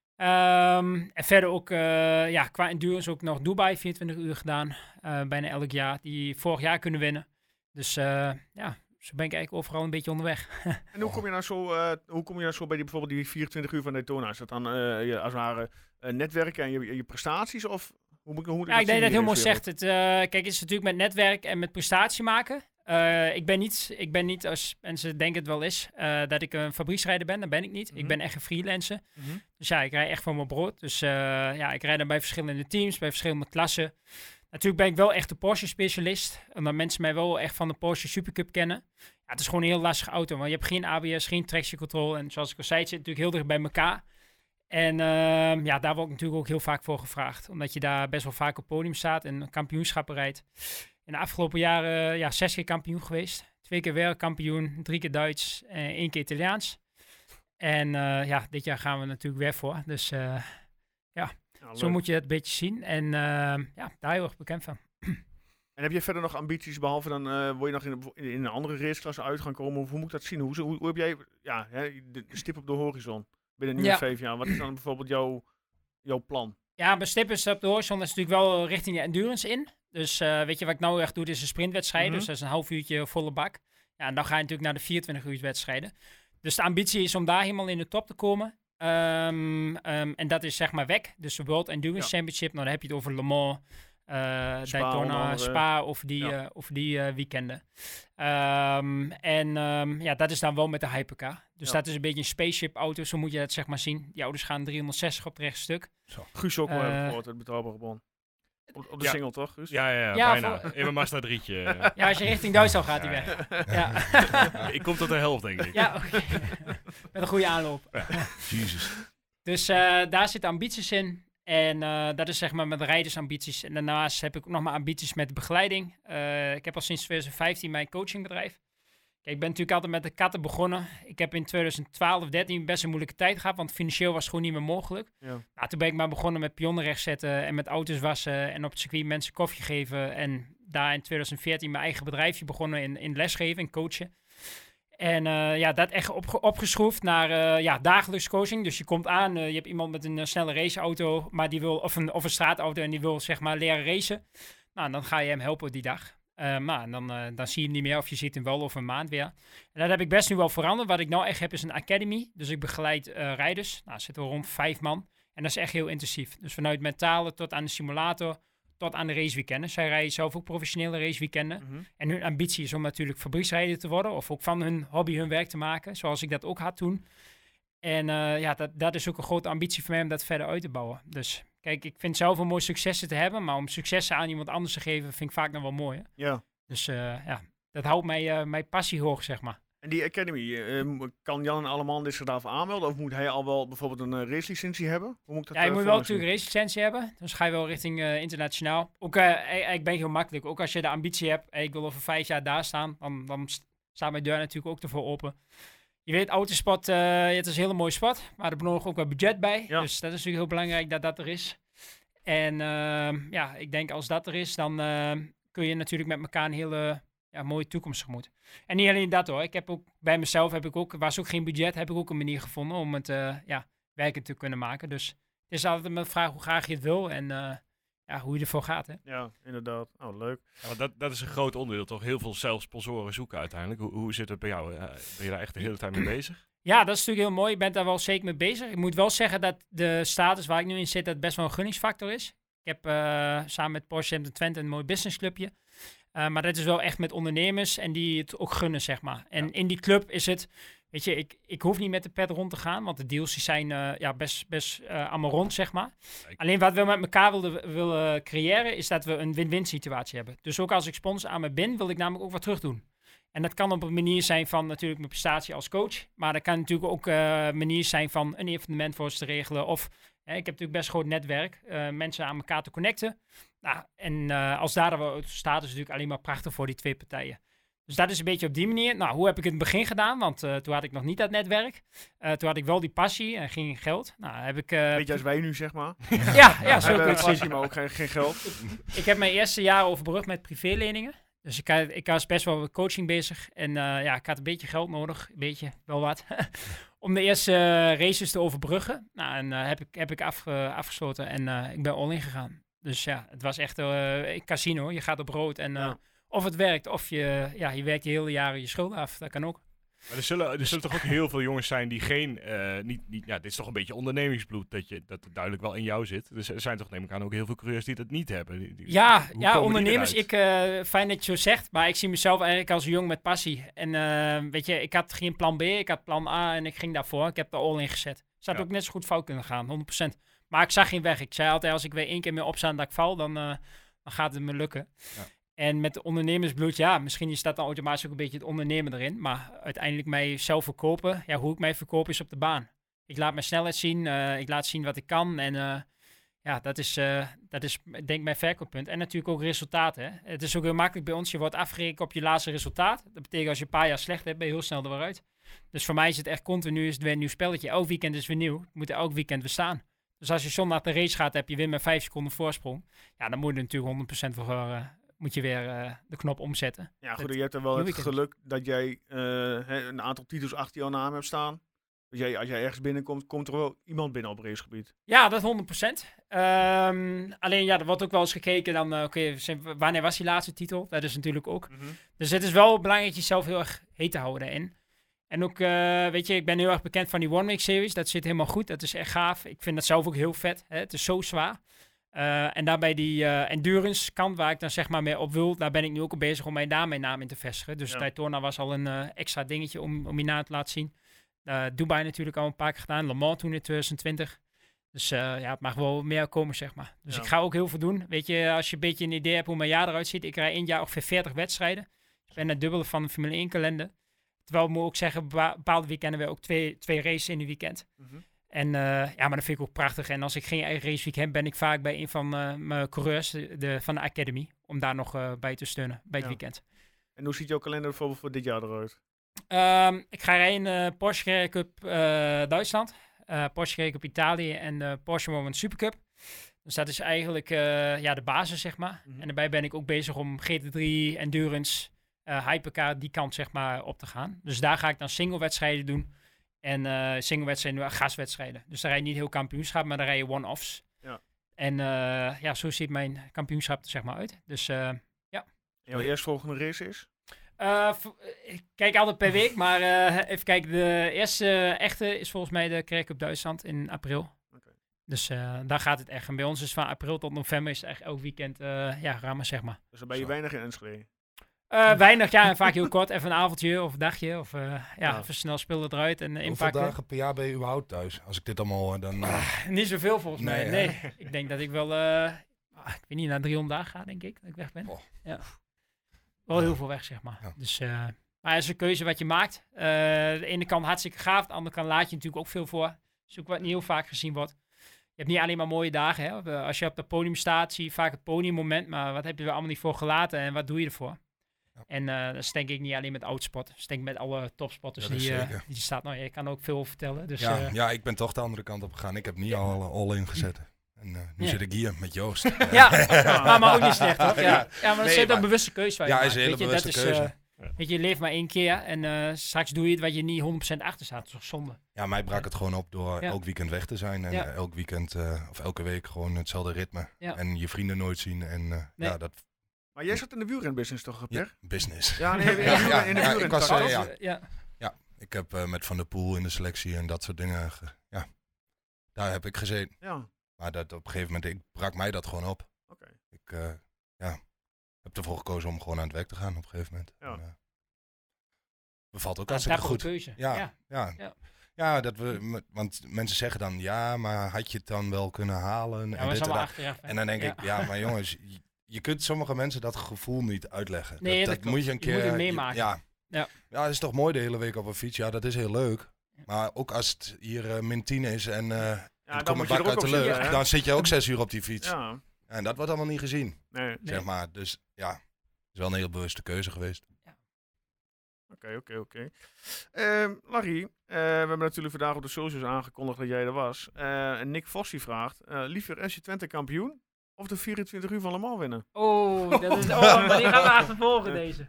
S5: Um, en verder ook uh, ja, qua endurance ook nog Dubai, vierentwintig uur gedaan. Uh, bijna elk jaar, die vorig jaar kunnen winnen. Dus uh, ja, zo ben ik eigenlijk overal een beetje onderweg.
S1: En hoe kom je nou zo, uh, hoe kom je nou zo bij die, bijvoorbeeld die vierentwintig uur van Daytona? Is dat dan uh, je, als het ware uh, netwerken en je, je prestaties of... Hoe moet, hoe moet
S5: ja, ik denk dat het heel mooi zegt. Het, uh, kijk, het is natuurlijk met netwerk en met prestatie maken. Uh, ik ben niet, ik ben niet, als mensen denken het wel is, uh, dat ik een fabrieksrijder ben. Dat ben ik niet. Mm-hmm. Ik ben echt een freelancer. Mm-hmm. Dus ja, ik rij echt voor mijn brood. Dus uh, ja, ik rijd dan bij verschillende teams, bij verschillende klassen. Natuurlijk ben ik wel echt een Porsche-specialist. Omdat mensen mij wel echt van de Porsche Supercup kennen. Ja, het is gewoon een heel lastige auto. Want je hebt geen A B S, geen traction control. En zoals ik al zei, het zit natuurlijk heel dicht bij elkaar. En uh, ja, daar word ik natuurlijk ook heel vaak voor gevraagd. Omdat je daar best wel vaak op het podium staat en kampioenschappen rijdt. In de afgelopen jaren uh, ja, zes keer kampioen geweest. Twee keer wereldkampioen, drie keer Duits en uh, één keer Italiaans. En uh, ja, dit jaar gaan we natuurlijk weer voor. Dus uh, ja, ja zo moet je het een beetje zien. En uh, ja, daar heel erg bekend van.
S1: En heb je verder nog ambities, behalve dan uh, wil je nog in, in, in een andere raceklasse uit gaan komen? Of hoe moet ik dat zien? Hoe, hoe, hoe heb jij ja, hè, de, de stip op de horizon? Binnen nu ja. vijf jaar. Wat is dan bijvoorbeeld jouw, jouw plan?
S5: Ja, mijn stip is op de horizon is natuurlijk wel richting de endurance in. Dus uh, weet je wat ik nou echt doe, is een sprintwedstrijd. Mm-hmm. Dus dat is een half uurtje volle bak. Ja, en dan ga je natuurlijk naar de vierentwintig uur wedstrijden. Dus de ambitie is om daar helemaal in de top te komen. Um, um, en dat is zeg maar weg. Dus de World Endurance ja. Championship. Nou, dan heb je het over Le Mans, uh, Daytona, Spa of die, ja. uh, of die uh, weekenden. Um, en um, ja, dat is dan wel met de Hypercar. Dus ja. dat is een beetje een spaceship auto, zo moet je dat zeg maar zien. Die auto's gaan driehonderdzestig op het rechtstuk.
S1: Zo. Guus ook wel uh, hebben gehoord, het betrouwbare bron. Op, op de ja. single toch, Guus?
S3: Ja, ja, ja, ja bijna. Voor... In mijn Mazda drietje.
S5: Ja, als je richting Duitsland gaat, die ja, weg. Ja.
S3: Ja. Ik kom tot de helft, denk ik.
S5: Ja, oké. Okay. Met een goede aanloop.
S3: Ja. Jezus.
S5: Dus uh, daar zitten ambities in. En uh, dat is zeg maar met rijdersambities. En daarnaast heb ik ook nog maar ambities met de begeleiding. Uh, ik heb al sinds twintig vijftien mijn coachingbedrijf. Kijk, ik ben natuurlijk altijd met de katten begonnen. Ik heb in twintig twaalf, dertien best een moeilijke tijd gehad, want financieel was het gewoon niet meer mogelijk. Ja. Nou, toen ben ik maar begonnen met pionnen rechtzetten en met auto's wassen en op het circuit mensen koffie geven. En daar in twintig veertien mijn eigen bedrijfje begonnen in, in lesgeven en coachen. En uh, ja, dat echt op, opgeschroefd naar uh, ja, dagelijks coaching. Dus je komt aan, uh, je hebt iemand met een uh, snelle raceauto, maar die wil, of, een, of een straatauto en die wil zeg maar leren racen. Nou, dan ga je hem helpen die dag. Uh, maar dan, uh, dan zie je hem niet meer of je ziet hem wel over een maand weer. En dat heb ik best nu wel veranderd. Wat ik nou echt heb is een academy. Dus ik begeleid uh, rijders. Nou, er zitten rond vijf man. En dat is echt heel intensief. Dus vanuit mentale tot aan de simulator, tot aan de raceweekenden. Zij rijden zelf ook professionele raceweekenden.
S1: Mhm.
S5: En hun ambitie is om natuurlijk fabrieksrijder te worden. Of ook van hun hobby hun werk te maken. Zoals ik dat ook had toen. En uh, ja, dat, dat is ook een grote ambitie voor mij om dat verder uit te bouwen. Dus kijk, ik vind zelf een mooi successen te hebben. Maar om successen aan iemand anders te geven, vind ik vaak nog wel mooi. Hè?
S1: Ja.
S5: Dus uh, ja, dat houdt mij, uh, mijn passie hoog, zeg maar.
S1: En die Academy, uh, kan Jan Alleman zich daarvoor aanmelden? Of moet hij al wel bijvoorbeeld een uh, racelicentie hebben? Hoe moet ik dat,
S5: ja, je
S1: uh,
S5: moet wel natuurlijk een racelicentie hebben. Dus ga je wel richting uh, internationaal. Ook, uh, ik ben heel makkelijk. Ook als je de ambitie hebt, hey, ik wil over vijf jaar daar staan, dan, dan staat mijn deur natuurlijk ook ervoor open. Je weet, autosport, uh, het is een hele mooie sport, maar er moet ook wel budget bij.
S1: Ja.
S5: Dus dat is natuurlijk heel belangrijk dat dat er is. En uh, ja, ik denk als dat er is, dan uh, kun je natuurlijk met elkaar een hele ja, mooie toekomst tegemoet. En niet alleen dat hoor, ik heb ook bij mezelf, heb ik ook, was ook geen budget, heb ik ook een manier gevonden om het uh, ja, werkend te kunnen maken. Dus het is altijd een vraag hoe graag je het wil en uh, ja, hoe je ervoor gaat. Hè?
S1: Ja, inderdaad. Oh, leuk.
S3: Ja, want dat, dat is een groot onderdeel, toch? Heel veel zelf sponsoren zoeken uiteindelijk. Hoe, hoe zit het bij jou? Uh, ben je daar echt de hele tijd mee bezig?
S5: Ja, dat is natuurlijk heel mooi. Ik ben daar wel zeker mee bezig. Ik moet wel zeggen dat de status waar ik nu in zit, dat best wel een gunningsfactor is. Ik heb uh, samen met Porsche Twente een mooi businessclubje. Uh, maar dat is wel echt met ondernemers en die het ook gunnen, zeg maar. En ja. in die club is het, weet je, ik, ik hoef niet met de pet rond te gaan, want de deals die zijn uh, ja, best, best uh, allemaal rond, zeg maar. Kijk. Alleen wat we met elkaar willen, willen creëren, is dat we een win-win situatie hebben. Dus ook als ik sponsor aan me bin, wil ik namelijk ook wat terug doen. En dat kan op een manier zijn van natuurlijk mijn prestatie als coach, maar dat kan natuurlijk ook een uh, manier zijn van een evenement voor ons te regelen of... Ja, ik heb natuurlijk best een groot netwerk, uh, mensen aan elkaar te connecten. Nou, en uh, als daar wel staat, is het natuurlijk alleen maar prachtig voor die twee partijen. Dus dat is een beetje op die manier. Nou, hoe heb ik het in het begin gedaan? Want uh, toen had ik nog niet dat netwerk. Uh, toen had ik wel die passie en ging geld. Nou, heb ik... Uh,
S1: Beetje als wij nu, zeg maar.
S5: ja, ja, zo kun je het
S1: passie, maar ook geen, geen geld.
S5: Ik heb mijn eerste jaar overbrugd met privéleningen. Dus ik, ik was best wel met coaching bezig. En uh, ja, ik had een beetje geld nodig. Een beetje, wel wat. Om de eerste uh, races te overbruggen. Nou, en uh, heb ik, heb ik af, uh, afgesloten en uh, ik ben all-in gegaan. Dus ja, het was echt uh, een casino. Je gaat op rood en uh, ja. of het werkt of je, ja, je werkt je hele jaren je schulden af. Dat kan ook.
S3: Maar er zullen, er zullen toch ook heel veel jongens zijn die geen, uh, niet, niet, ja, dit is toch een beetje ondernemingsbloed dat, je, dat het duidelijk wel in jou zit. Dus er zijn toch neem ik aan ook heel veel coureurs die dat niet hebben. Die, die,
S5: ja, ja ondernemers, ik, uh, fijn dat je zo zegt, maar ik zie mezelf eigenlijk als een jong met passie. En uh, weet je, ik had geen plan B, ik had plan A en ik ging daarvoor. Ik heb er all in gezet. Zou het ja. ook net zo goed fout kunnen gaan, honderd procent. Maar ik zag geen weg. Ik zei altijd, als ik weer één keer meer opstaan dat ik val, dan, uh, dan gaat het me lukken. Ja. En met de ondernemersbloed, ja, misschien is dat dan automatisch ook een beetje het ondernemen erin. Maar uiteindelijk mijzelf verkopen, ja, hoe ik mij verkoop is op de baan. Ik laat mijn snelheid zien, uh, ik laat zien wat ik kan. En uh, ja, dat is, uh, dat is denk ik mijn verkooppunt. En natuurlijk ook resultaten. Hè. Het is ook heel makkelijk bij ons, je wordt afgerekend op je laatste resultaat. Dat betekent als je een paar jaar slecht hebt, ben je heel snel er weer uit. Dus voor mij is het echt continu, is het weer een nieuw spelletje. Elk weekend is weer nieuw, het moet elk weekend weer staan. Dus als je zondag de race gaat, heb je weer met vijf seconden voorsprong. Ja, dan moet je natuurlijk honderd procent voor... Uh, moet je weer uh, de knop omzetten.
S1: Ja, goed, je hebt er wel het geluk dat jij uh, een aantal titels achter jouw naam hebt staan. Dus jij, als jij ergens binnenkomt, komt er wel iemand binnen op racegebied.
S5: Ja, dat honderd procent. Um, alleen ja, er wordt ook wel eens gekeken dan, uh, oké, okay, wanneer was die laatste titel? Dat is natuurlijk ook. Mm-hmm. Dus het is wel belangrijk jezelf heel erg heet te houden daarin. En ook, uh, weet je, ik ben heel erg bekend van die One Week Series. Dat zit helemaal goed, dat is echt gaaf. Ik vind dat zelf ook heel vet. Hè? Het is zo zwaar. Uh, en daarbij die uh, endurance kant waar ik dan zeg maar mee op wil, daar ben ik nu ook al bezig om mijn naam, mijn naam in te vestigen. Dus ja. Daytona was al een uh, extra dingetje om, om je naam te laten zien. Uh, Dubai natuurlijk al een paar keer gedaan, Le Mans toen in twintig twintig. Dus uh, ja, het mag wel meer komen, zeg maar. Dus ja. ik ga ook heel veel doen. Weet je, als je een beetje een idee hebt hoe mijn jaar eruit ziet, ik rij één jaar ongeveer veertig wedstrijden. Ik ben het dubbele van de Formule één kalender. Terwijl ik moet ook zeggen, bepaalde weekenden weer ook twee, twee races in een weekend. Mm-hmm. En uh, ja, maar dat vind ik ook prachtig. En als ik geen eigen raceweek heb, ben ik vaak bij een van uh, mijn coureurs de, de, van de Academy. Om daar nog uh, bij te steunen, bij het ja. weekend.
S1: En hoe ziet jouw kalender bijvoorbeeld voor dit jaar eruit?
S5: Um, ik ga rijden uh, Porsche Cup uh, Duitsland, uh, Porsche Cup Italië en de Porsche Moment Supercup. Dus dat is eigenlijk uh, ja, de basis, zeg maar. Mm-hmm. En daarbij ben ik ook bezig om G T drie, Endurance, uh, Hypercar, die kant zeg maar op te gaan. Dus daar ga ik dan single wedstrijden doen. En uh, singlewedstrijden, gaswedstrijden. Dus daar rij je niet heel kampioenschap, maar daar rij je one-offs. Ja. En uh, ja, zo ziet mijn kampioenschap er zeg maar uit. Dus uh, ja.
S1: En jouw eerstvolgende race is?
S5: Uh, v- ik kijk altijd per week, maar uh, even kijken. De eerste echte is volgens mij de Kerk op Duitsland in april. Okay. Dus uh, daar gaat het echt. En bij ons is van april tot november is het echt elk weekend uh, ja, rammen, zeg maar.
S1: Dus dan ben je
S4: Zo.
S1: weinig in Enschede.
S5: Uh, weinig, ja, en vaak heel kort. Even een avondje of een dagje. Of uh, ja,
S1: Ja.
S5: even snel spullen eruit en uh,
S4: Hoeveel
S5: inpakken.
S4: dagen per jaar ben je überhaupt thuis? Als ik dit allemaal hoor, dan... Uh...
S5: Niet zoveel volgens
S4: Nee,
S5: mij.
S4: hè?
S5: Nee, ik denk dat ik wel, uh, ik weet niet, naar driehonderd dagen ga, denk ik, dat ik weg ben.
S4: Oh.
S5: Ja. Wel heel veel weg, zeg maar.
S4: Ja.
S5: Dus, uh, maar het is een keuze wat je maakt. Uh, de ene kant hartstikke gaaf, de andere kant laat je natuurlijk ook veel voor. Dus ook wat niet heel vaak gezien wordt. Je hebt niet alleen maar mooie dagen. Hè? Als je op het podium staat, zie je vaak het podiummoment. Maar wat heb je er allemaal niet voor gelaten en wat doe je ervoor? Ja. En uh, dat is denk ik niet alleen met oudsport. Dat is denk ik met alle topsporters die, uh, die staat. Nou, je kan ook veel over vertellen. Dus,
S4: ja,
S5: uh,
S4: ja, ik ben toch de andere kant op gegaan. Ik heb niet al all in gezet. En uh, nu
S5: ja.
S4: zit ik hier met Joost.
S5: Ja, maar, maar ook niet slecht, toch? Ja,
S4: Ja.
S5: ja maar dat
S4: Nee,
S5: is
S4: maar-
S5: een bewuste keuze. waar je
S4: Ja,
S5: maakt,
S4: is een hele
S5: weet je,
S4: bewuste
S5: dat is,
S4: keuze.
S5: uh, weet je, je leeft maar één keer en uh, straks doe je het wat je niet honderd procent achter staat. Dat is toch zonde?
S4: Ja, mij brak het gewoon op door
S5: Ja.
S4: elk weekend weg te zijn. En
S5: Ja.
S4: uh, elk weekend uh, of elke week gewoon hetzelfde ritme.
S5: Ja.
S4: En je vrienden nooit zien. En uh,
S5: Nee.
S4: ja, dat
S1: Maar jij zat in de wielrenbusiness toch,
S4: ja,
S1: Per?
S4: business.
S1: Ja, nee,
S4: Ja, ja,
S1: in de
S4: ja,
S1: wielren-
S4: ik was,
S1: tak,
S4: uh,
S1: toch?
S4: ja.
S5: ja.
S4: Ik heb uh, met Van der Poel in de selectie en dat soort dingen. Ge- ja, daar heb ik gezeten.
S1: Ja,
S4: Maar dat, op een gegeven moment ik, brak mij dat gewoon op.
S1: oké.
S4: Ik uh, ja, heb ervoor gekozen om gewoon aan het werk te gaan op een gegeven moment.
S1: Ja.
S4: En, uh, bevalt ook
S5: Dat is
S4: hartstikke
S5: een
S4: goed.
S5: keuze.
S4: Ja,
S5: Ja.
S4: ja.
S5: Ja.
S4: Ja, dat we, m- want mensen zeggen dan ja, maar had je het dan wel kunnen halen?
S5: Ja,
S4: en,
S5: maar
S4: dit
S5: dat is
S4: en,
S5: allemaal
S4: dat.
S5: achteraf. hè.
S4: en dan denk
S5: Ja.
S4: ik, ja, maar jongens, je, je kunt sommige mensen dat gevoel niet uitleggen.
S5: Nee,
S4: dat,
S5: dat
S4: dat
S5: klopt.
S4: moet je een
S5: Je
S4: keer
S5: moet het meemaken.
S4: Ja.
S5: Ja.
S4: ja, het is toch mooi de hele week op een fiets. Ja, dat is heel leuk. Maar ook als het hier uh, min tien is en uh,
S1: Ja,
S4: dan
S1: dan
S4: kom
S1: moet
S4: ik
S1: je er
S4: bak
S1: ook
S4: uit
S1: op
S4: de lucht,
S1: zitten, hè?
S4: dan zit je ook zes uur op die fiets.
S1: Ja,
S4: En dat wordt allemaal niet gezien,
S1: nee.
S5: Nee.
S4: zeg maar. Dus ja, het is wel een heel bewuste keuze geweest.
S1: Oké, oké, oké. Ehm, Larry, uh, we hebben natuurlijk vandaag op de socials aangekondigd dat jij er was. Uh, en Nick Vossi vraagt, uh, liever F C Twente kampioen of de vierentwintig uur van Le Mans winnen?
S5: Oh, dat is, oh, maar die gaan we achtervolgen deze.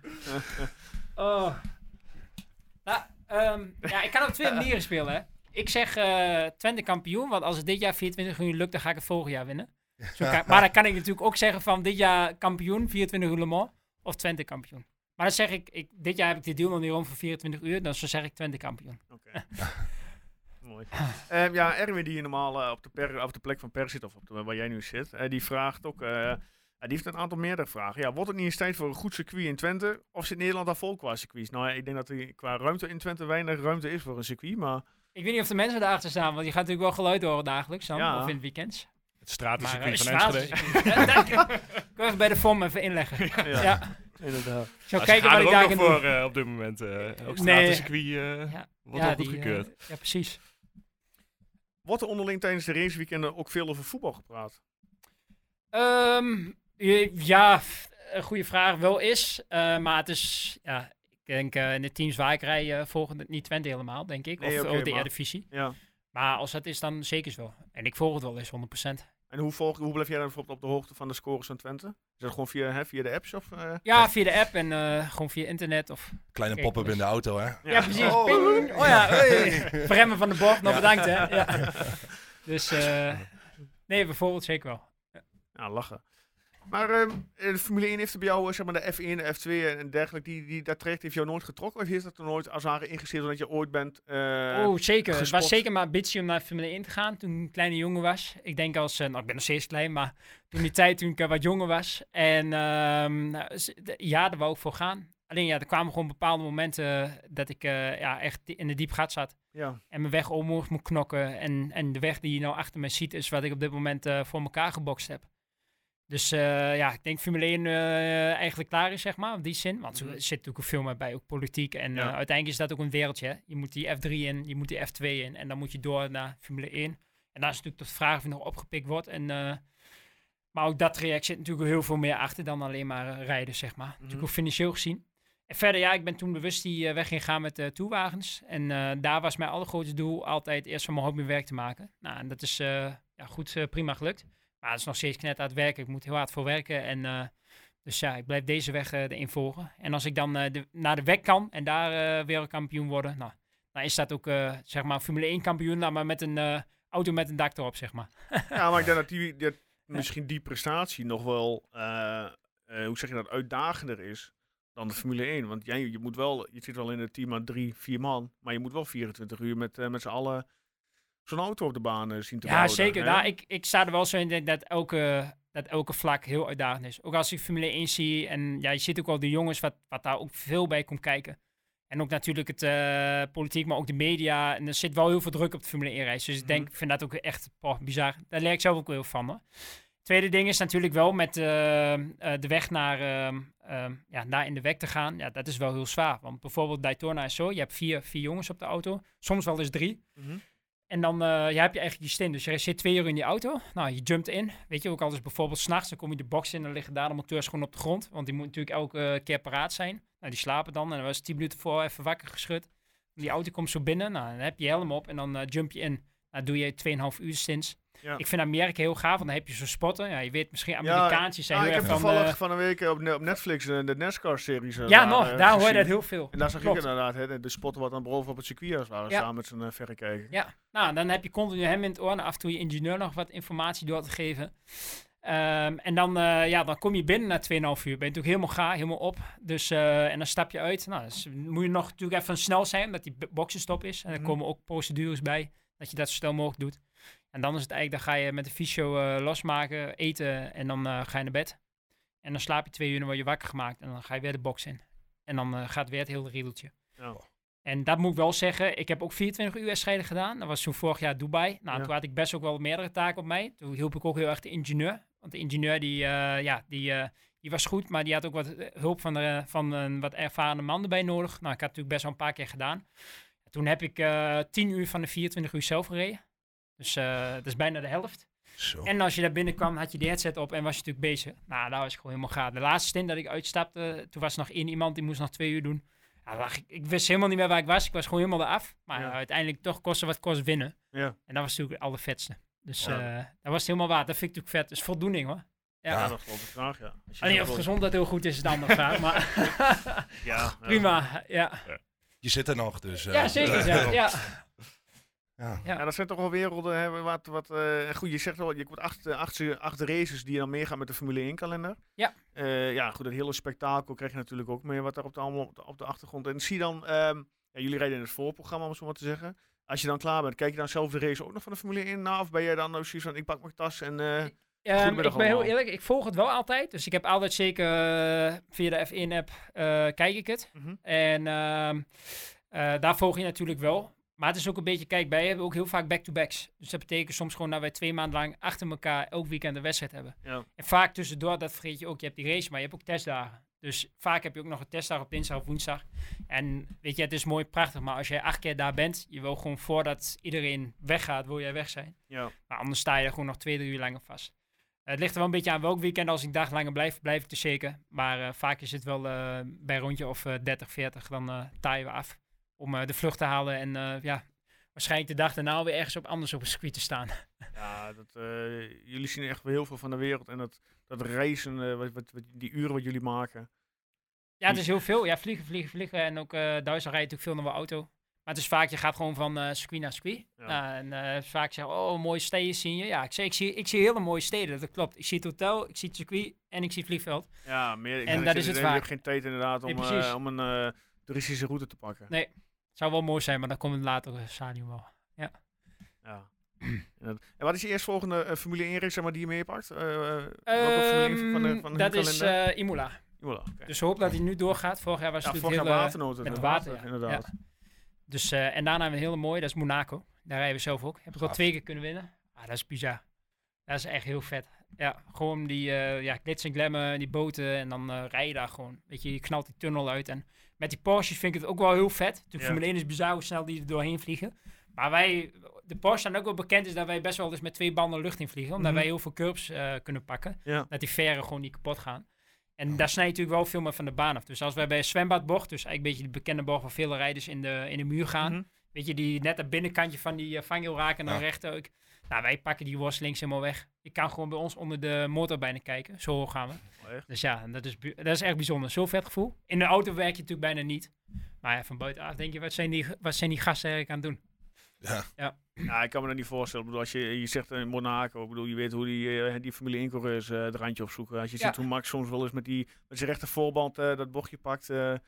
S5: Oh. Nou, um, ja, ik kan op twee manieren spelen, hè. Ik zeg uh, Twente kampioen, want als het dit jaar vierentwintig uur lukt, dan ga ik het volgend jaar winnen. Zo kan, maar dan kan ik natuurlijk ook zeggen van dit jaar kampioen, vierentwintig uur Le Mans, of Twente kampioen. Maar dan zeg ik, ik, dit jaar heb ik de deal nog niet rond voor vierentwintig uur, dan zo zeg ik Twente kampioen.
S1: Oké. Mooi. Um, ja, Erwin die hier normaal uh, op, de per, op de plek van Per zit, of op de, waar jij nu zit, uh, die vraagt ook, uh, uh, die heeft een aantal meerdere vragen. Ja, wordt het niet eens tijd voor een goed circuit in Twente, of zit Nederland al vol qua circuits? Nou, ik denk dat er qua ruimte in Twente weinig ruimte is voor een circuit, maar...
S5: Ik weet niet of de mensen daarachter staan, want je gaat natuurlijk wel geluid horen dagelijks dan,
S1: Ja.
S5: of in het weekend.
S3: Het stratencircuit
S5: Maar,
S3: van
S5: uh,
S3: Enschede.
S5: stratencircuit. Ja, dank je. Ik wil even bij de vorm even inleggen.
S1: Ja,
S5: Ja. ja.
S1: inderdaad.
S5: Ik zal
S3: Nou, ze
S5: kijken
S3: gaan
S5: wat
S3: er
S5: ik
S3: ook
S5: daar
S3: nog
S5: kan
S3: voor
S5: doen.
S3: uh, op dit moment. Uh, ook
S5: Nee.
S3: stratencircuit uh,
S5: Ja.
S3: wordt
S5: Ja,
S3: al
S5: die,
S3: goedgekeurd.
S5: uh, ja, precies.
S1: Wordt er onderling tijdens de raceweekenden ook veel over voetbal gepraat?
S5: Um, ja, een goede vraag wel is. Uh, maar het is, ja, ik denk uh, in de teams waar ik rij uh, volgen het niet Twente helemaal, denk ik.
S1: Nee,
S5: of
S1: okay,
S5: de
S1: maar-
S5: Eredivisie.
S1: Ja.
S5: Maar als dat is, dan zeker wel. En ik volg het wel eens, honderd procent.
S1: En hoe, volg, hoe blijf jij dan bijvoorbeeld op de hoogte van de scores van Twente? Is dat gewoon via, hè, via de apps? Of, uh?
S5: Ja, via de app en uh, gewoon via internet. Of...
S4: Kleine
S5: Kijk,
S4: pop-up
S5: dus-
S4: in de auto, hè?
S5: Ja, precies.
S4: Oh.
S5: Ping. Oh ja, hey. Verremmen van de bocht, nog bedankt hè. Ja. Dus uh, nee, bijvoorbeeld zeker wel.
S1: Ja, lachen. Maar ehm, de Formule één heeft er bij jou, eh, zeg maar, de F één, de F twee en dergelijke, die, die, dat traject heeft jou nooit getrokken? Of heeft dat er nooit als het ware ingezet omdat je ooit bent uh,
S5: oh, zeker. Het
S1: gespot?
S5: was zeker maar ambitie om naar Formule één te gaan toen ik een kleine jongen was. Ik denk als, uh, nou ik ben nog steeds klein, maar toen die tijd toen ik uh, wat jonger was. En um, nou, z- de- ja, daar wou ik voor gaan. Alleen ja, er kwamen gewoon bepaalde momenten dat ik uh, ja, echt in de diep gat zat.
S1: Ja,
S5: En mijn weg omhoog moet knokken. En, en de weg die je nou achter me ziet is wat ik op dit moment uh, voor elkaar gebokst heb. Dus uh, ja, ik denk Formule één uh, eigenlijk klaar is, zeg maar, in die zin. Want er
S1: Mhm.
S5: zit natuurlijk veel meer bij, ook politiek. En uh,
S1: Ja.
S5: uiteindelijk is dat ook een wereldje. Hè? Je moet die F drie in, je moet die F twee in. En dan moet je door naar Formule één. En daar is natuurlijk de vraag of je nog opgepikt wordt. En, uh, maar ook dat traject zit natuurlijk heel veel meer achter dan alleen maar uh, rijden, zeg maar. Natuurlijk ook financieel gezien. En verder, ja, ik ben toen bewust die uh, weg gegaan met uh, toerwagens. En uh, daar was mijn allergrootste doel altijd eerst van mijn hobby werk te maken. Nou, en dat is uh, ja, goed, uh, prima gelukt. Maar het is nog steeds knet aan het werken. Ik moet heel hard voor werken. En, uh, dus ja, ik blijf deze weg uh, erin volgen. En als ik dan uh, de, naar de weg kan en daar uh, wereldkampioen worden, nou, dan is dat ook uh, zeg maar Formule één kampioen, nou, maar met een uh, auto met een dak erop, zeg maar.
S1: ja, maar ik denk dat, die, dat misschien die prestatie nog wel, uh, uh, hoe zeg je dat, uitdagender is dan de Formule één. Want jij, je moet wel, je zit wel in het team aan drie, vier man, maar je moet wel vierentwintig uur met, uh, met z'n allen zo'n auto op de baan uh, zien te
S5: Ja,
S1: bouwen.
S5: zeker.
S1: Hè?
S5: Nou, ik, ik sta er wel zo in denk dat elke, dat elke vlak heel uitdagend is. Ook als ik Formule één zie en ja, je ziet ook wel de jongens wat, wat daar ook veel bij komt kijken. En ook natuurlijk het uh, politiek, maar ook de media. En er zit wel heel veel druk op de Formule één race. Dus ik denk,
S1: Mhm.
S5: ik vind dat ook echt oh, bizar. Daar leer ik zelf ook wel heel van. Hoor. Tweede ding is natuurlijk wel met uh, uh, de weg naar, uh, uh, ja, naar in de weg te gaan. Ja, dat is wel heel zwaar. Want bijvoorbeeld Daytona is zo. Je hebt vier, vier jongens op de auto. Soms wel eens drie.
S1: Mhm.
S5: En dan uh, ja, heb je eigenlijk die stint. Dus je zit twee uur in die auto. Nou, je jumpt in. Weet je, ook al is bijvoorbeeld s'nachts. Dan kom je de box in en dan liggen daar de monteurs gewoon op de grond. Want die moet natuurlijk elke keer paraat zijn. Nou, die slapen dan. En dan was tien minuten voor even wakker geschud. Die auto komt zo binnen. Nou, dan heb je je helm op. En dan uh, jump je in. Dan doe je twee komma vijf uur stints.
S1: Ja.
S5: Ik vind Amerika heel gaaf. Want dan heb je zo'n spotten. Ja, je weet misschien Amerikaantjes zijn
S1: ja,
S5: heel
S1: ik
S5: erg
S1: heb
S5: van...
S1: toevallig
S5: Uh,
S1: van een week op, op Netflix uh, de NASCAR-series. Uh,
S5: ja,
S1: daar,
S5: nog.
S1: uh,
S5: daar hoor je
S1: gezien.
S5: dat heel veel.
S1: En daar zag
S5: Klopt.
S1: ik inderdaad hè, de spotter wat dan boven op het circuit als waren.
S5: Ja.
S1: Samen met zijn uh, verrekijker.
S5: Ja, nou, dan heb je continu hem in het oor en af en toe je ingenieur nog wat informatie door te geven. Um, en dan, uh, ja, dan kom je binnen na twee komma vijf uur. Ben je natuurlijk helemaal gaar, helemaal op. Dus, uh, en dan stap je uit. Nou, dus moet je nog natuurlijk even snel zijn, omdat die boxenstop is. En er
S1: Mm-hmm.
S5: komen ook procedures bij, dat je dat zo snel mogelijk doet. En dan is het eigenlijk, dan ga je met de fysio uh, losmaken, eten en dan uh, ga je naar bed. En dan slaap je twee uur en dan word je wakker gemaakt. En dan ga je weer de box in. En dan uh, gaat weer het hele riedeltje.
S1: Ja.
S5: En dat moet ik wel zeggen, ik heb ook vierentwintig uur wedstrijden gedaan. Dat was toen vorig jaar Dubai. Nou,
S1: Ja.
S5: toen had ik best ook wel meerdere taken op mij. Toen hielp ik ook heel erg de ingenieur. Want de ingenieur, die, uh, ja, die, uh, die was goed, maar die had ook wat hulp van, de, van een wat ervaren man erbij nodig. Nou, ik had het natuurlijk best wel een paar keer gedaan. Toen heb ik uh, tien uur van de vierentwintig uur zelf gereden. Dus uh, dat is bijna de helft.
S4: Zo.
S5: En als je daar binnenkwam, had je de headset op en was je natuurlijk bezig. Nou, daar was ik gewoon helemaal gaar. De laatste stint dat ik uitstapte, toen was er nog één iemand die moest nog twee uur doen. Ja, lag ik, ik wist helemaal niet meer waar ik was. Ik was gewoon helemaal eraf. Maar
S1: Ja.
S5: uh, uiteindelijk toch kostte wat kost winnen.
S1: Ja.
S5: En dat was natuurlijk het allervetste. Dus
S1: Ja.
S5: uh, dat was het helemaal waard. Dat vind ik natuurlijk vet. Dus voldoening hoor. Ja.
S1: Ja, dat geloof ik graag, ja. Als je
S5: Alleen
S1: zo
S5: of
S1: wil-
S5: gezondheid heel goed is, is dan nog vraag. Maar
S1: Ja, ja.
S5: prima. Ja,
S4: Je zit er nog, dus... uh,
S5: ja zeker. Ja. Ja.
S4: Ja.
S5: Ja.
S1: Ja, dat zijn toch wel werelden. Hè, wat, wat, uh, goed, je zegt wel, je wordt acht, uh, acht, acht races die dan meegaan met de Formule één kalender.
S5: Ja.
S1: Uh, ja, goed, dat hele spektakel krijg je natuurlijk ook mee wat daar op de, allemaal op de, op de achtergrond. En zie dan, um, ja, jullie rijden in het voorprogramma, om het zo maar te zeggen. Als je dan klaar bent, kijk je dan zelf de race ook nog van de Formule één na? Of ben jij dan ook zoiets van, ik pak mijn tas en... Uh,
S5: Um,
S1: Goedemiddag
S5: ik ben heel
S1: allemaal.
S5: eerlijk, ik volg het wel altijd. Dus ik heb altijd zeker uh, via de F één app uh, kijk ik het.
S1: mm-hmm.
S5: En uh, uh, daar volg je natuurlijk wel. Maar het is ook een beetje, kijk, wij hebben ook heel vaak back-to-backs. Dus dat betekent soms gewoon dat wij twee maanden lang achter elkaar elk weekend een wedstrijd hebben.
S1: Ja.
S5: En vaak tussendoor, dat vergeet je ook, je hebt die race, maar je hebt ook testdagen. Dus vaak heb je ook nog een testdag op dinsdag of woensdag. En weet je, het is mooi, prachtig, maar als jij acht keer daar bent, je wil gewoon voordat iedereen weggaat, wil jij weg zijn.
S1: Ja.
S5: Maar anders sta je er gewoon nog twee, drie uur langer vast. Uh, het ligt er wel een beetje aan welk weekend. Als ik dag langer blijf, blijf ik er zeker. Maar uh, vaak is het wel uh, bij een rondje of uh, dertig, veertig, dan uh, taaien we af. Om uh, de vlucht te halen en uh, ja, waarschijnlijk de dag daarna weer ergens op anders op een circuit te staan.
S1: Ja, dat, uh, jullie zien echt wel heel veel van de wereld. En dat, dat reizen, uh, wat, wat, wat, die uren wat jullie maken.
S5: Ja, het is heel veel. Ja, vliegen, vliegen, vliegen. En ook uh, Duitsland rijdt natuurlijk veel naar de auto. Maar het is vaak, je gaat gewoon van uh, circuit naar circuit.
S1: Ja.
S5: Nou, en uh, vaak zeggen, oh, mooie steden zie je. Ja, ik, zeg, ik, zie, ik zie hele mooie steden, dat klopt. Ik zie het hotel, ik zie het circuit en ik zie het vliegveld.
S1: Ja, meer,
S5: En
S1: ja,
S5: dat
S1: je
S5: is het
S1: Je
S5: vaak.
S1: hebt geen tijd inderdaad om,
S5: Nee,
S1: uh,
S5: precies.
S1: om een uh, toeristische route te pakken.
S5: Nee, het zou wel mooi zijn, maar dan komt het later uh, stadion wel. Ja.
S1: Ja. En wat is je eerstvolgende uh, Formule één race zeg maar, die je meepakt? Uh, welke Formule één van de, van de
S5: dat
S1: hun
S5: is
S1: kalender?
S5: uh, Imola.
S1: Imola, okay.
S5: Dus hoop dat hij nu doorgaat. Vorig jaar was
S1: Ja,
S5: het
S1: vorig jaar
S5: natuurlijk heel, uh,
S1: waternoten.
S5: met
S1: uh,
S5: water, ja.
S1: inderdaad.
S5: Ja. Dus, uh, en daarna hebben we een hele mooie, dat is Monaco. Daar rijden we zelf ook. Heb ik al
S4: Gaaf.
S5: twee keer kunnen winnen. Ah, dat is bizar. Dat is echt heel vet. Ja, gewoon die uh, ja, glitz en glammen, die boten en dan uh, rij je daar gewoon. Weet je, je knalt die tunnel uit. En met die Porsches vind ik het ook wel heel vet. Natuurlijk,
S1: Ja.
S5: Formule één is bizar hoe snel die er doorheen vliegen. Maar wij, de Porsche staan ook wel bekend is dat wij best wel eens met twee banden lucht in vliegen. Omdat
S1: Mhm.
S5: wij heel veel curbs uh, kunnen pakken.
S1: Ja.
S5: Dat die verren gewoon niet kapot gaan. En daar snij je natuurlijk wel veel meer van de baan af. Dus als wij bij een zwembadbocht, dus eigenlijk een beetje de bekende bocht waar vele rijders in de, in de muur gaan.
S1: Mhm.
S5: Weet je, die net het binnenkantje van die uh, vangrail raken en dan
S4: Ja.
S5: rechtuit. Nou, wij pakken die worst links helemaal weg. Je kan gewoon bij ons onder de motor bijna kijken. Zo hoog gaan we.
S1: Oh, echt?
S5: Dus ja, dat is, bu- dat is echt bijzonder. Zo'n vet gevoel. In de auto werk je natuurlijk bijna niet. Maar ja, van buitenaf denk je, wat zijn die, wat zijn die gasten eigenlijk aan het doen?
S4: Ja.
S1: Ja, ik kan me dat niet voorstellen. Ik bedoel, als je, je zegt in Monaco, ik bedoel, je weet hoe die, uh, die Formule één-coureurs uh, het randje opzoeken. Als je
S5: Ja.
S1: ziet hoe Max soms wel eens met, die, met zijn rechter voorband uh, dat bochtje pakt. Uh,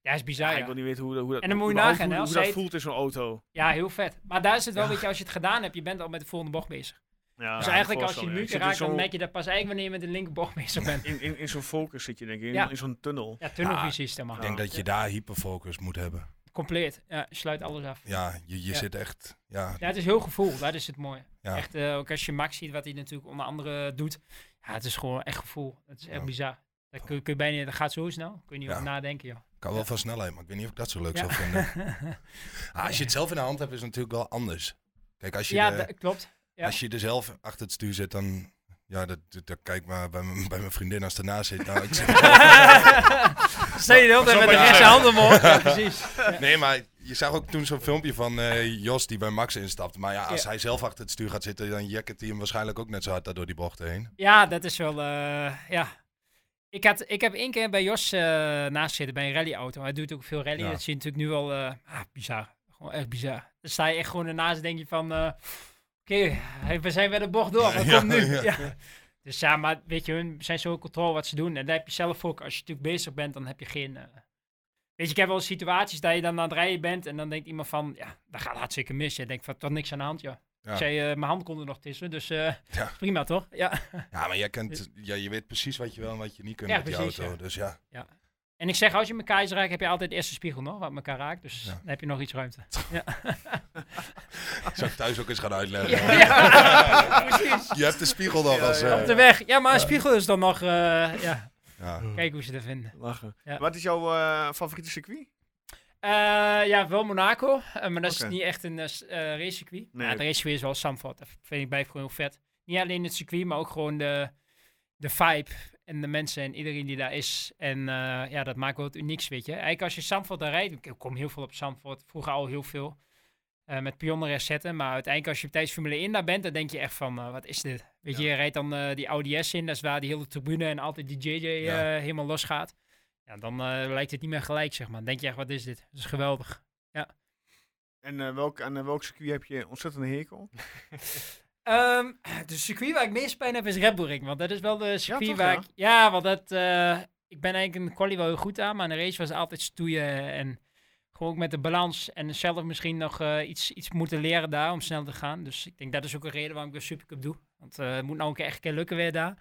S5: Ja, is bizar,
S1: Ja,
S5: ja.
S1: ik wil niet weten hoe, dat- hoe dat,
S5: En dan moet je
S1: überhaupt
S5: nagaan,
S1: hoe,
S5: hè,
S1: hoe
S5: als
S1: dat
S5: zij
S1: voelt in zo'n auto.
S5: Ja, heel vet. Maar daar is het wel,
S1: Ja.
S5: weet je, als je het gedaan hebt, je bent al met de volgende bocht bezig.
S1: Ja,
S5: Dus
S1: ja,
S5: eigenlijk als je
S1: voorstellen,
S5: de
S1: ja.
S5: muur
S1: Ik zit
S5: raakt,
S1: in
S5: dan
S1: zo'n-
S5: merk je dat pas eigenlijk wanneer je met de linkerbocht bezig bent.
S1: In, in, in zo'n focus zit je denk ik, in,
S5: Ja.
S1: in zo'n tunnel.
S5: Ja, tunnelvisie is het
S4: Ik
S5: maar.
S4: denk dat je daar hyperfocus moet hebben.
S5: Compleet. Ja, je sluit alles af.
S4: Ja, je, je
S5: Ja.
S4: zit echt... Ja,
S5: Ja, het is heel gevoel. Dat is het mooie.
S4: ja.
S5: Echt, eh, ook als je Max ziet, wat hij natuurlijk onder andere doet. Ja, het is gewoon echt gevoel. Het is echt
S4: Ja.
S5: bizar. Dat, kun, kun je bijna, dat gaat zo snel. Kun je niet
S4: Ja.
S5: over nadenken, joh.
S4: Ik hou wel van snelheid, maar ik weet niet of ik dat zo leuk
S5: Ja.
S4: zou vinden. Ah, als je het zelf in de hand hebt, is het natuurlijk wel anders. Kijk, als je,
S5: Ja,
S4: de-
S5: dat klopt. Ja.
S4: als je er zelf achter het stuur zit, dan... Ja, dat, dat, dat kijk maar bij, mijn- bij mijn vriendin als ze ernaast zit. Nou, ik zit,
S5: Stel je de hele tijd met de
S4: Ja.
S5: rechterhand omhoog. Ja, precies.
S4: nee, maar je zag ook toen zo'n filmpje van eh, Jos die bij Max instapte. Maar ja, als
S5: Ja.
S4: hij zelf achter het stuur gaat zitten, dan jekkert hij hem waarschijnlijk ook net zo hard daar door die bochten heen.
S5: Ja, dat is wel, eh, ja. Ik, had, ik heb één keer bij Jos eh, naast zitten bij een rallyauto. Hij doet ook veel rally.
S4: Ja.
S5: Dat zie je natuurlijk nu wel, eh, ah, bizar. Gewoon echt bizar. Dan sta je echt gewoon ernaast en denk je van, eh, oké, we zijn bij de bocht door. Wat
S4: Ja,
S5: komt nu?
S4: ja.
S5: Ja. Dus ja, maar weet je, hun zijn zo in controle wat ze doen. En daar heb je zelf ook, als je natuurlijk bezig bent, dan heb je geen... eh, Weet je, ik heb wel situaties dat je dan aan het rijden bent en dan denkt iemand van, ja, dat gaat hartstikke mis. Je denkt van, toch niks aan de hand, ja.
S4: Ja.
S5: Ik zei, eh, mijn hand kon er nog tussen, dus eh,
S4: Ja.
S5: prima toch? Ja.
S4: Ja, maar jij kent, ja, je weet precies wat je wel en wat je niet kunt
S5: Ja,
S4: met die
S5: precies,
S4: auto.
S5: ja.
S4: Dus ja,
S5: En ik zeg, als je elkaar eens raakt, heb je altijd de eerste spiegel nog, wat elkaar raakt. Dus
S4: Ja.
S5: dan heb je nog iets ruimte. Ja,
S4: zou ik thuis ook eens gaan uitleggen.
S5: ja, ja, precies.
S4: Je hebt de spiegel nog als...
S1: ja.
S4: eh,
S5: Op de weg. Ja, maar een spiegel is dan nog, eh, ja,
S4: ja.
S5: kijk hoe ze dat vinden.
S1: Lachen.
S5: Ja.
S1: Wat is jouw eh, favoriete circuit?
S5: Eh, ja, wel Monaco, eh, maar dat is
S1: Oké.
S5: niet echt een uh, racecircuit.
S1: Nee.
S5: Ja, het racecircuit is wel Zandvoort. Dat vind ik blijft gewoon heel vet. Niet alleen het circuit, maar ook gewoon de, de vibe en de mensen en iedereen die daar is. En eh, ja, dat maakt wel het unieks, weet je. Eigenlijk als je Zandvoort daar rijdt, ik kom heel veel op Zandvoort, vroeger al heel veel, uh, met pionnen zetten. Maar uiteindelijk als je tijdens Formule één daar bent, dan denk je echt van, uh, wat is dit? Weet je,
S1: Ja.
S5: je rijdt dan uh, die Audi S in, dat is waar die hele tribune en altijd die J J uh,
S4: Ja.
S5: helemaal losgaat. Ja, dan uh, lijkt het niet meer gelijk, zeg maar. Dan denk je echt, wat is dit? Dat is geweldig.
S1: En uh, welk, aan uh, welk circuit heb je ontzettende hekel?
S5: Um, de circuit waar ik meest pijn heb is Red Bull Ring. Want dat is wel de circuit
S1: toch,
S5: waar
S1: ja?
S5: ik... Ja, want dat... Uh, ik ben eigenlijk in de quali wel heel goed aan. Maar in de race was het altijd stoeien. En gewoon ook met de balans. En zelf misschien nog uh, iets, iets moeten leren daar om snel te gaan. Dus ik denk dat is ook een reden waarom ik de Supercup doe. Want uh, het moet nou ook echt een keer lukken weer daar.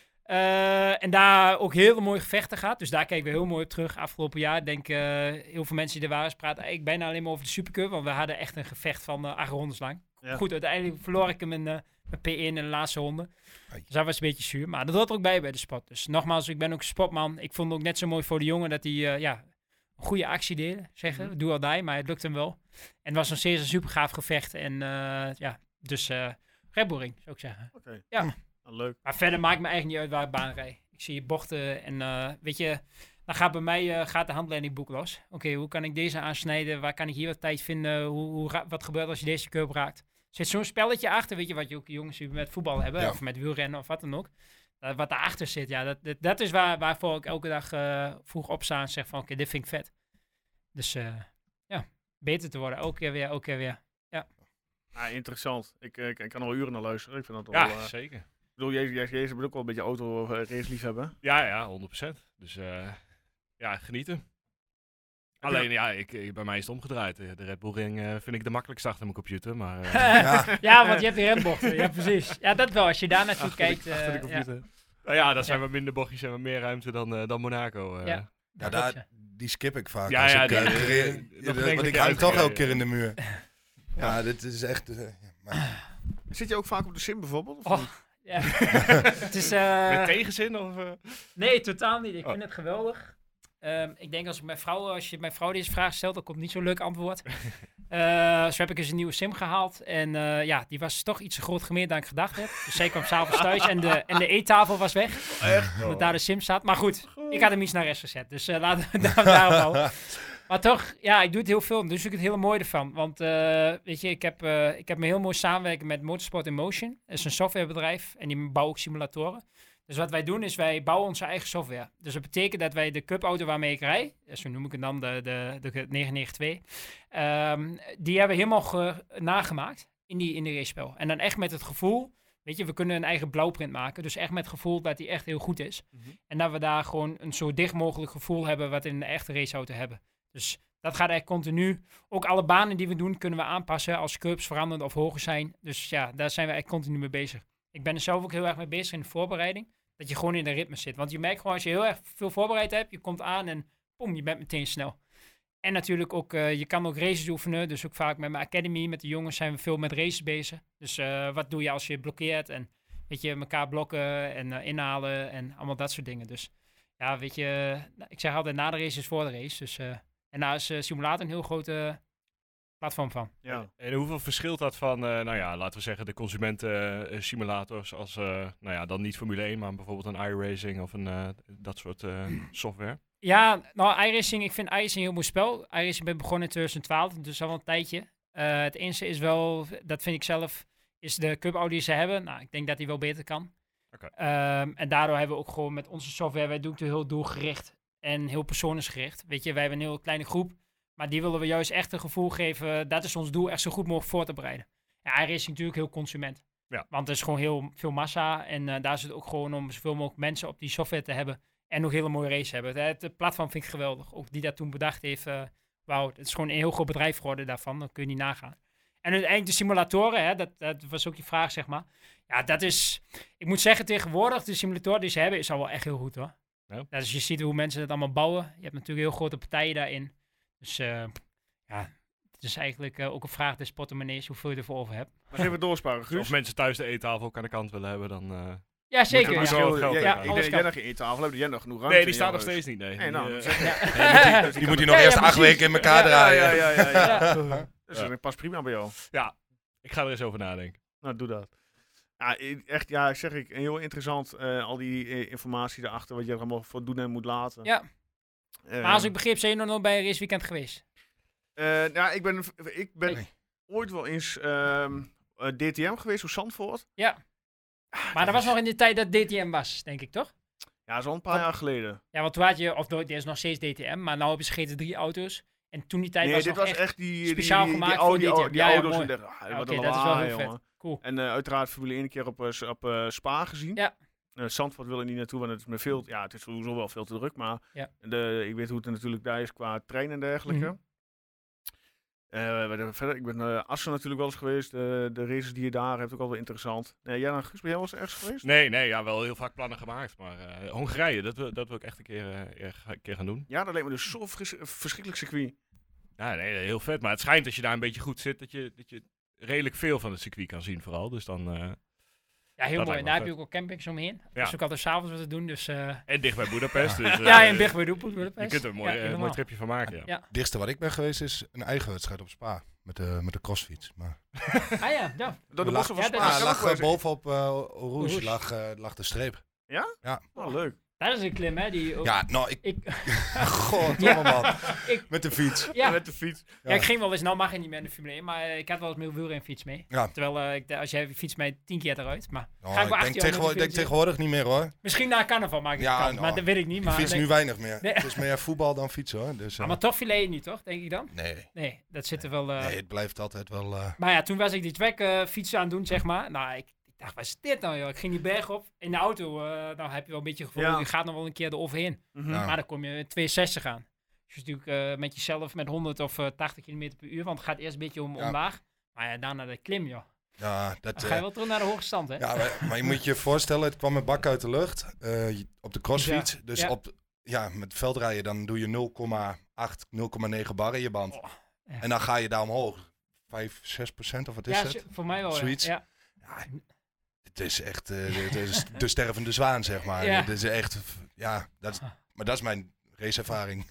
S5: Uh, en daar ook heel mooie gevechten gaat. Dus daar kijken we heel mooi op terug. Afgelopen jaar, ik denk uh, heel veel mensen die er waren, praten eigenlijk bijna alleen maar over de Supercup. Want we hadden echt een gevecht van uh, acht rondes lang.
S1: Ja.
S5: Goed, uiteindelijk verloor ik hem in uh, mijn P één in de laatste ronde.
S4: Ai.
S5: Dus dat was een beetje zuur. Maar dat hoort er ook bij bij de sport. Dus nogmaals, ik ben ook een sportman. Ik vond het ook net zo mooi voor de jongen dat hij uh, ja, een goede actie deed. Zeggen,
S1: Mm-hmm.
S5: doe al die, maar het lukte hem wel. En het was nog steeds een super gaaf gevecht. En uh, ja, dus uh, Red Bull Ring, zou ik zeggen.
S1: Oké. Okay.
S5: Ja.
S1: Hm. Ah, leuk.
S5: Maar verder maakt me eigenlijk niet uit waar ik baan rijd. Ik zie bochten en uh, weet je, dan gaat bij mij uh, gaat de handleidingboek los. Oké, okay, hoe kan ik deze aansnijden? Waar kan ik hier wat tijd vinden? Hoe, hoe, wat gebeurt als je deze curb raakt? Er zit zo'n spelletje achter, weet je, wat je ook jongens die met voetbal hebben, ja. Of met wielrennen of wat dan ook. Uh, wat daarachter zit, ja, dat, dat, dat is waar, waarvoor ik elke dag uh, vroeg opsta en zeg van, oké, okay, dit vind ik vet. Dus uh, ja, beter te worden, elke keer weer, elke keer weer. Ja.
S1: Ah, interessant. Ik, ik, ik kan er al uren naar luisteren. Ik vind dat
S3: Ja,
S1: wel, uh,
S3: zeker.
S1: Ik bedoel, jij, jij, jij bent ook wel een beetje auto-race liefhebben.
S3: Ja, ja, honderd procent. Dus uh, ja, genieten. Alleen, ja, ik, ik, bij mij is het omgedraaid. De Red Bull Ring uh, vind ik de makkelijkste achter mijn computer, maar... Uh,
S5: ja. ja, want je hebt die rembochten. Ja, precies. Ja, dat wel. Als je daar naartoe
S1: achter
S5: kijkt...
S1: De, achter de
S5: uh,
S1: computer.
S3: Ja. Nou ja, dat zijn
S5: Ja.
S3: wat minder bochtjes en wat meer ruimte dan, uh, dan Monaco. Uh.
S5: Ja.
S4: Ja, daar, die skip ik vaak.
S3: Ja,
S4: als
S3: ja,
S4: ik,
S3: die-
S4: uh,
S3: die-
S4: gereden-
S3: die-
S4: uh,
S3: nog
S4: want
S3: geen
S4: ik
S3: keer
S4: hang toch
S3: uitgereden.
S4: elke keer in de muur. Ja, dit is echt... uh, maar,
S1: Zit je ook vaak op de sim bijvoorbeeld? Of
S5: Oh.
S1: niet?
S5: Ja. Het is... Uh,
S3: Met tegenzin? Of, uh?
S5: nee, totaal niet. Ik
S3: Oh.
S5: vind het geweldig. Um, ik denk als ik mijn vrouw, als je mijn vrouw deze vraag stelt, dan komt niet zo'n leuk antwoord. uh, zo heb ik eens een nieuwe sim gehaald. En uh, ja, die was toch iets te groot gemeerd dan ik gedacht heb. Dus zij kwam s'avonds thuis en de, en de eettafel was weg.
S1: Echt?
S5: Omdat daar de sim staat. Maar goed, ik had hem iets naar rechts gezet. Dus uh, laten we daar, daarop houden. Maar toch, ja, ik doe het heel veel. Dus ik het hele mooie ervan. Want uh, weet je, ik heb, uh, ik heb me heel mooi samenwerken met Motorsport in Motion. Dat is een softwarebedrijf en die bouwen ook simulatoren. Dus wat wij doen is, wij bouwen onze eigen software. Dus dat betekent dat wij de cupauto waarmee ik rijd, zo noem ik het dan, de, de, de negen negen twee, um, die hebben we helemaal ge- nagemaakt in die, in die race-spel. En dan echt met het gevoel, weet je, we kunnen een eigen blauwprint maken. Dus echt met het gevoel dat die echt heel goed is.
S3: Mm-hmm.
S5: En dat we daar gewoon een zo dicht mogelijk gevoel hebben wat we in een echte raceauto hebben. Dus dat gaat echt continu. Ook alle banen die we doen kunnen we aanpassen als curbs veranderen of hoger zijn. Dus ja, daar zijn we echt continu mee bezig. Ik ben er zelf ook heel erg mee bezig in de voorbereiding. Dat je gewoon in de ritme zit. Want je merkt gewoon als je heel erg veel voorbereid hebt, je komt aan en boem, je bent meteen snel. En natuurlijk ook, uh, je kan ook races oefenen. Dus ook vaak met mijn academy, met de jongens zijn we veel met races bezig. Dus uh, wat doe je als je blokkeert en weet je, elkaar blokken en uh, inhalen en allemaal dat soort dingen. Dus ja, weet je, uh, ik zeg altijd na de race is voor de race. Dus, uh, en daar is uh, Simulator een heel grote platform van.
S1: Ja.
S3: En hoeveel verschilt dat van, uh, nou ja, laten we zeggen de consumenten uh, simulators als, uh, nou ja, dan niet Formule één, maar bijvoorbeeld een iRacing of een, uh, dat soort uh, software?
S5: Ja, nou, iRacing, ik vind iRacing een heel mooi spel. iRacing ben begonnen in twintig twaalf, dus al wel een tijdje. Uh, het enige is wel, dat vind ik zelf, is de cup die ze hebben. Nou, ik denk dat die wel beter kan.
S3: Okay.
S5: Um, en daardoor hebben we ook gewoon met onze software, wij doen het heel doelgericht en heel persoonsgericht. Weet je, wij hebben een heel kleine groep, maar die willen we juist echt een gevoel geven, dat is ons doel, echt zo goed mogelijk voor te bereiden. Ja, iRacing natuurlijk heel consument.
S3: Ja.
S5: Want er is gewoon heel veel massa en uh, daar zit het ook gewoon om zoveel mogelijk mensen op die software te hebben. En nog hele mooie race hebben. Het, het platform vind ik geweldig. Ook die dat toen bedacht heeft. Uh, Wauw, het is gewoon een heel groot bedrijf geworden daarvan. Dat kun je niet nagaan. En uiteindelijk de simulatoren, hè, dat, dat was ook je vraag, zeg maar. Ja, dat is... Ik moet zeggen, tegenwoordig, de simulatoren die ze hebben, is al wel echt heel goed, hoor.
S3: Ja.
S5: Dus je ziet hoe mensen het allemaal bouwen. Je hebt natuurlijk heel grote partijen daarin. Dus uh, ja, het is eigenlijk uh, ook een vraag des portemonnees, hoeveel je ervoor over hebt.
S1: Maar even doorsparen, Guus.
S3: Of mensen thuis de eettafel ook aan de kant willen hebben, dan... Uh...
S5: Ja, zeker.
S3: Moet
S5: Ja.
S3: er wel geld
S1: Ja,
S3: in
S1: ja,
S3: gaan.
S1: ik
S5: alles
S1: denk
S5: kan.
S1: jij nog geen eettafel hebt, jij nog genoeg ruimte.
S3: Nee, die
S1: in
S3: staat
S1: jouw
S3: nog
S1: huis.
S3: steeds niet, nee.
S1: Nee, nou,
S3: Die,
S1: dan
S3: uh,
S1: zeg je-
S5: Ja.
S1: Dus
S4: Die moet hij
S5: Ja,
S4: nog
S5: ja,
S4: eerst acht
S5: precies.
S4: weken in elkaar
S1: Ja,
S4: draaien.
S1: ja, ja, ja, ja.
S5: Ja.
S1: Dus dat past prima bij jou.
S3: ja, ik ga er eens over nadenken.
S1: Nou, doe dat. Ja, i- echt, ja, zeg ik, heel interessant. eh, al die eh, informatie erachter, wat je er allemaal voor doen en moet laten.
S5: Ja.
S1: Eh,
S5: Maar als ik begreep, zijn jullie nog bij een raceweekend geweest?
S1: eh, ja, ik ben, ik ben
S4: Nee.
S1: ooit wel eens ehm, eh, D T M geweest, op Zandvoort.
S5: Ja. Maar dat was nog in de tijd dat D T M was, denk ik, toch?
S1: Ja, dat is al een paar jaar geleden.
S5: Ja, want toen had je, of er is nog steeds D T M, maar nu hebben ze G T drie auto's. En toen die tijd
S1: Nee,
S5: was
S1: dit
S5: nog
S1: was
S5: echt...
S1: echt die, die,
S5: speciaal
S1: die, die,
S5: gemaakt
S1: oude-
S5: voor
S1: die,
S5: D T M.
S1: oude- die
S5: Ja, ja,
S1: auto's.
S5: mooi.
S1: en de- ah,
S5: Ja,
S1: wat
S5: oké,
S1: een
S5: dat is wel
S1: lawaai,
S5: heel vet.
S1: jongen.
S5: Cool.
S1: En uh, uiteraard Formule één keer op, uh, op uh, Spa gezien.
S5: Ja.
S1: Uh, Zandvoort wil er niet naartoe, want het is me veel, ja, het is sowieso wel veel te druk, maar
S5: Ja.
S1: de, ik weet hoe het er natuurlijk daar is qua trein en dergelijke.
S5: Mhm.
S1: Uh, we- verder, ik ben uh, Assen natuurlijk wel eens geweest. Uh, de races die je daar hebt, ook al wel interessant. Nee, ja, Guus, ben jij wel eens ergens geweest?
S3: Nee, nee, ja, wel heel vaak plannen gemaakt. Maar uh, Hongarije, dat, wil- dat wil ik echt een keer, uh, een keer gaan doen.
S1: Ja, dat leek me dus zo fris- verschrikkelijk circuit.
S3: Ja, nee, heel vet. Maar het schijnt als je daar een beetje goed zit, dat je, dat je redelijk veel van het circuit kan zien vooral. Dus dan... Uh,
S5: Ja, heel
S3: Dat
S5: mooi. En
S3: lijkt me
S5: daar heb
S3: vet.
S5: je ook al campings omheen.
S3: Ja.
S5: Dat is ook altijd s'avonds wat te doen, dus... Uh...
S3: en dicht bij Budapest. Dus, uh,
S5: ja, in Big bij Budapest.
S3: Je kunt er een mooi,
S5: Ja,
S3: uh,
S5: helemaal.
S3: mooi tripje van maken, ja.
S5: Ja.
S4: Het dichtste wat ik ben geweest is een eigen wedstrijd op Spa. Met de, met de crossfiets. Maar
S5: Ah ja, ja.
S1: Door de
S4: lag-
S1: bossen van
S5: ja,
S1: Spa.
S5: dat is-
S4: ah,
S1: kan
S4: lag
S1: ook wel
S4: uh,
S1: eens-
S4: bovenop uh, Rouge
S5: Rouge.
S4: lag, uh, lag de streep.
S1: Oh, leuk.
S5: Dat is een klim, hè. Die ook...
S4: Ja, nou, ik...
S5: Ik,
S4: God,
S5: Ja.
S4: man.
S5: ik,
S4: Met de fiets.
S5: ja.
S1: Met de fiets.
S5: Ja, ik ging wel eens, nou mag je niet meer in de Formule één, maar uh, ik had wel eens mijn wielrenfiets mee.
S4: Ja.
S5: Terwijl, uh, ik, als jij fiets mij tien keer eruit, maar
S4: Oh,
S5: ga ik
S4: ik
S5: wel
S4: denk,
S5: achter jou met
S4: tegenwoordig,
S5: de
S4: denk
S5: fiets.
S4: tegenwoordig niet meer hoor.
S5: Misschien na carnaval maak ik
S4: Ja,
S5: het kans,
S4: nou,
S5: maar dat weet ik niet.
S4: Ik
S5: Maar,
S4: fiets
S5: nee.
S4: nu weinig meer.
S5: Nee.
S4: Het is meer voetbal dan fietsen hoor. Dus, uh,
S5: Ah, maar toch filet niet, toch? Denk ik dan?
S4: nee,
S5: Nee, dat zit er wel... Uh...
S4: nee, het blijft altijd wel... uh,
S5: Maar ja, toen was ik die track uh, fietsen aan het doen, zeg maar. Nou, ik, ik dacht, wat is dit nou, joh? Ik ging die berg op. In de auto, uh, nou heb je wel een beetje het gevoel,
S1: Ja.
S5: je gaat nog wel een keer eroverheen.
S1: Mhm.
S4: Ja.
S5: Maar dan kom je tweehonderdzestig aan. Dus natuurlijk uh, met jezelf met honderd of uh, tachtig kilometer per uur, want het gaat eerst een beetje om,
S4: Ja.
S5: omlaag. Maar ja, daarna de klim, joh.
S4: ja, dat...
S5: Dan ga je
S4: uh,
S5: wel terug naar de hoge stand, hè?
S4: ja, maar, maar je moet je voorstellen, het kwam een bak uit de lucht. uh, je- op de crossfiets.
S5: Ja.
S4: Dus
S5: Ja.
S4: op... Ja, met veldrijden dan doe je nul komma acht, nul komma negen bar in je band.
S5: Oh, ja.
S4: En dan ga je daar omhoog. vijf, zes procent of wat is
S5: Ja,
S4: het?
S5: z- voor mij wel, ja.
S4: Zoiets.
S5: Ja.
S4: Ja, het is echt uh, het is de stervende zwaan, zeg maar.
S5: Ja.
S4: Het is echt, ja, dat is, maar dat is mijn raceervaring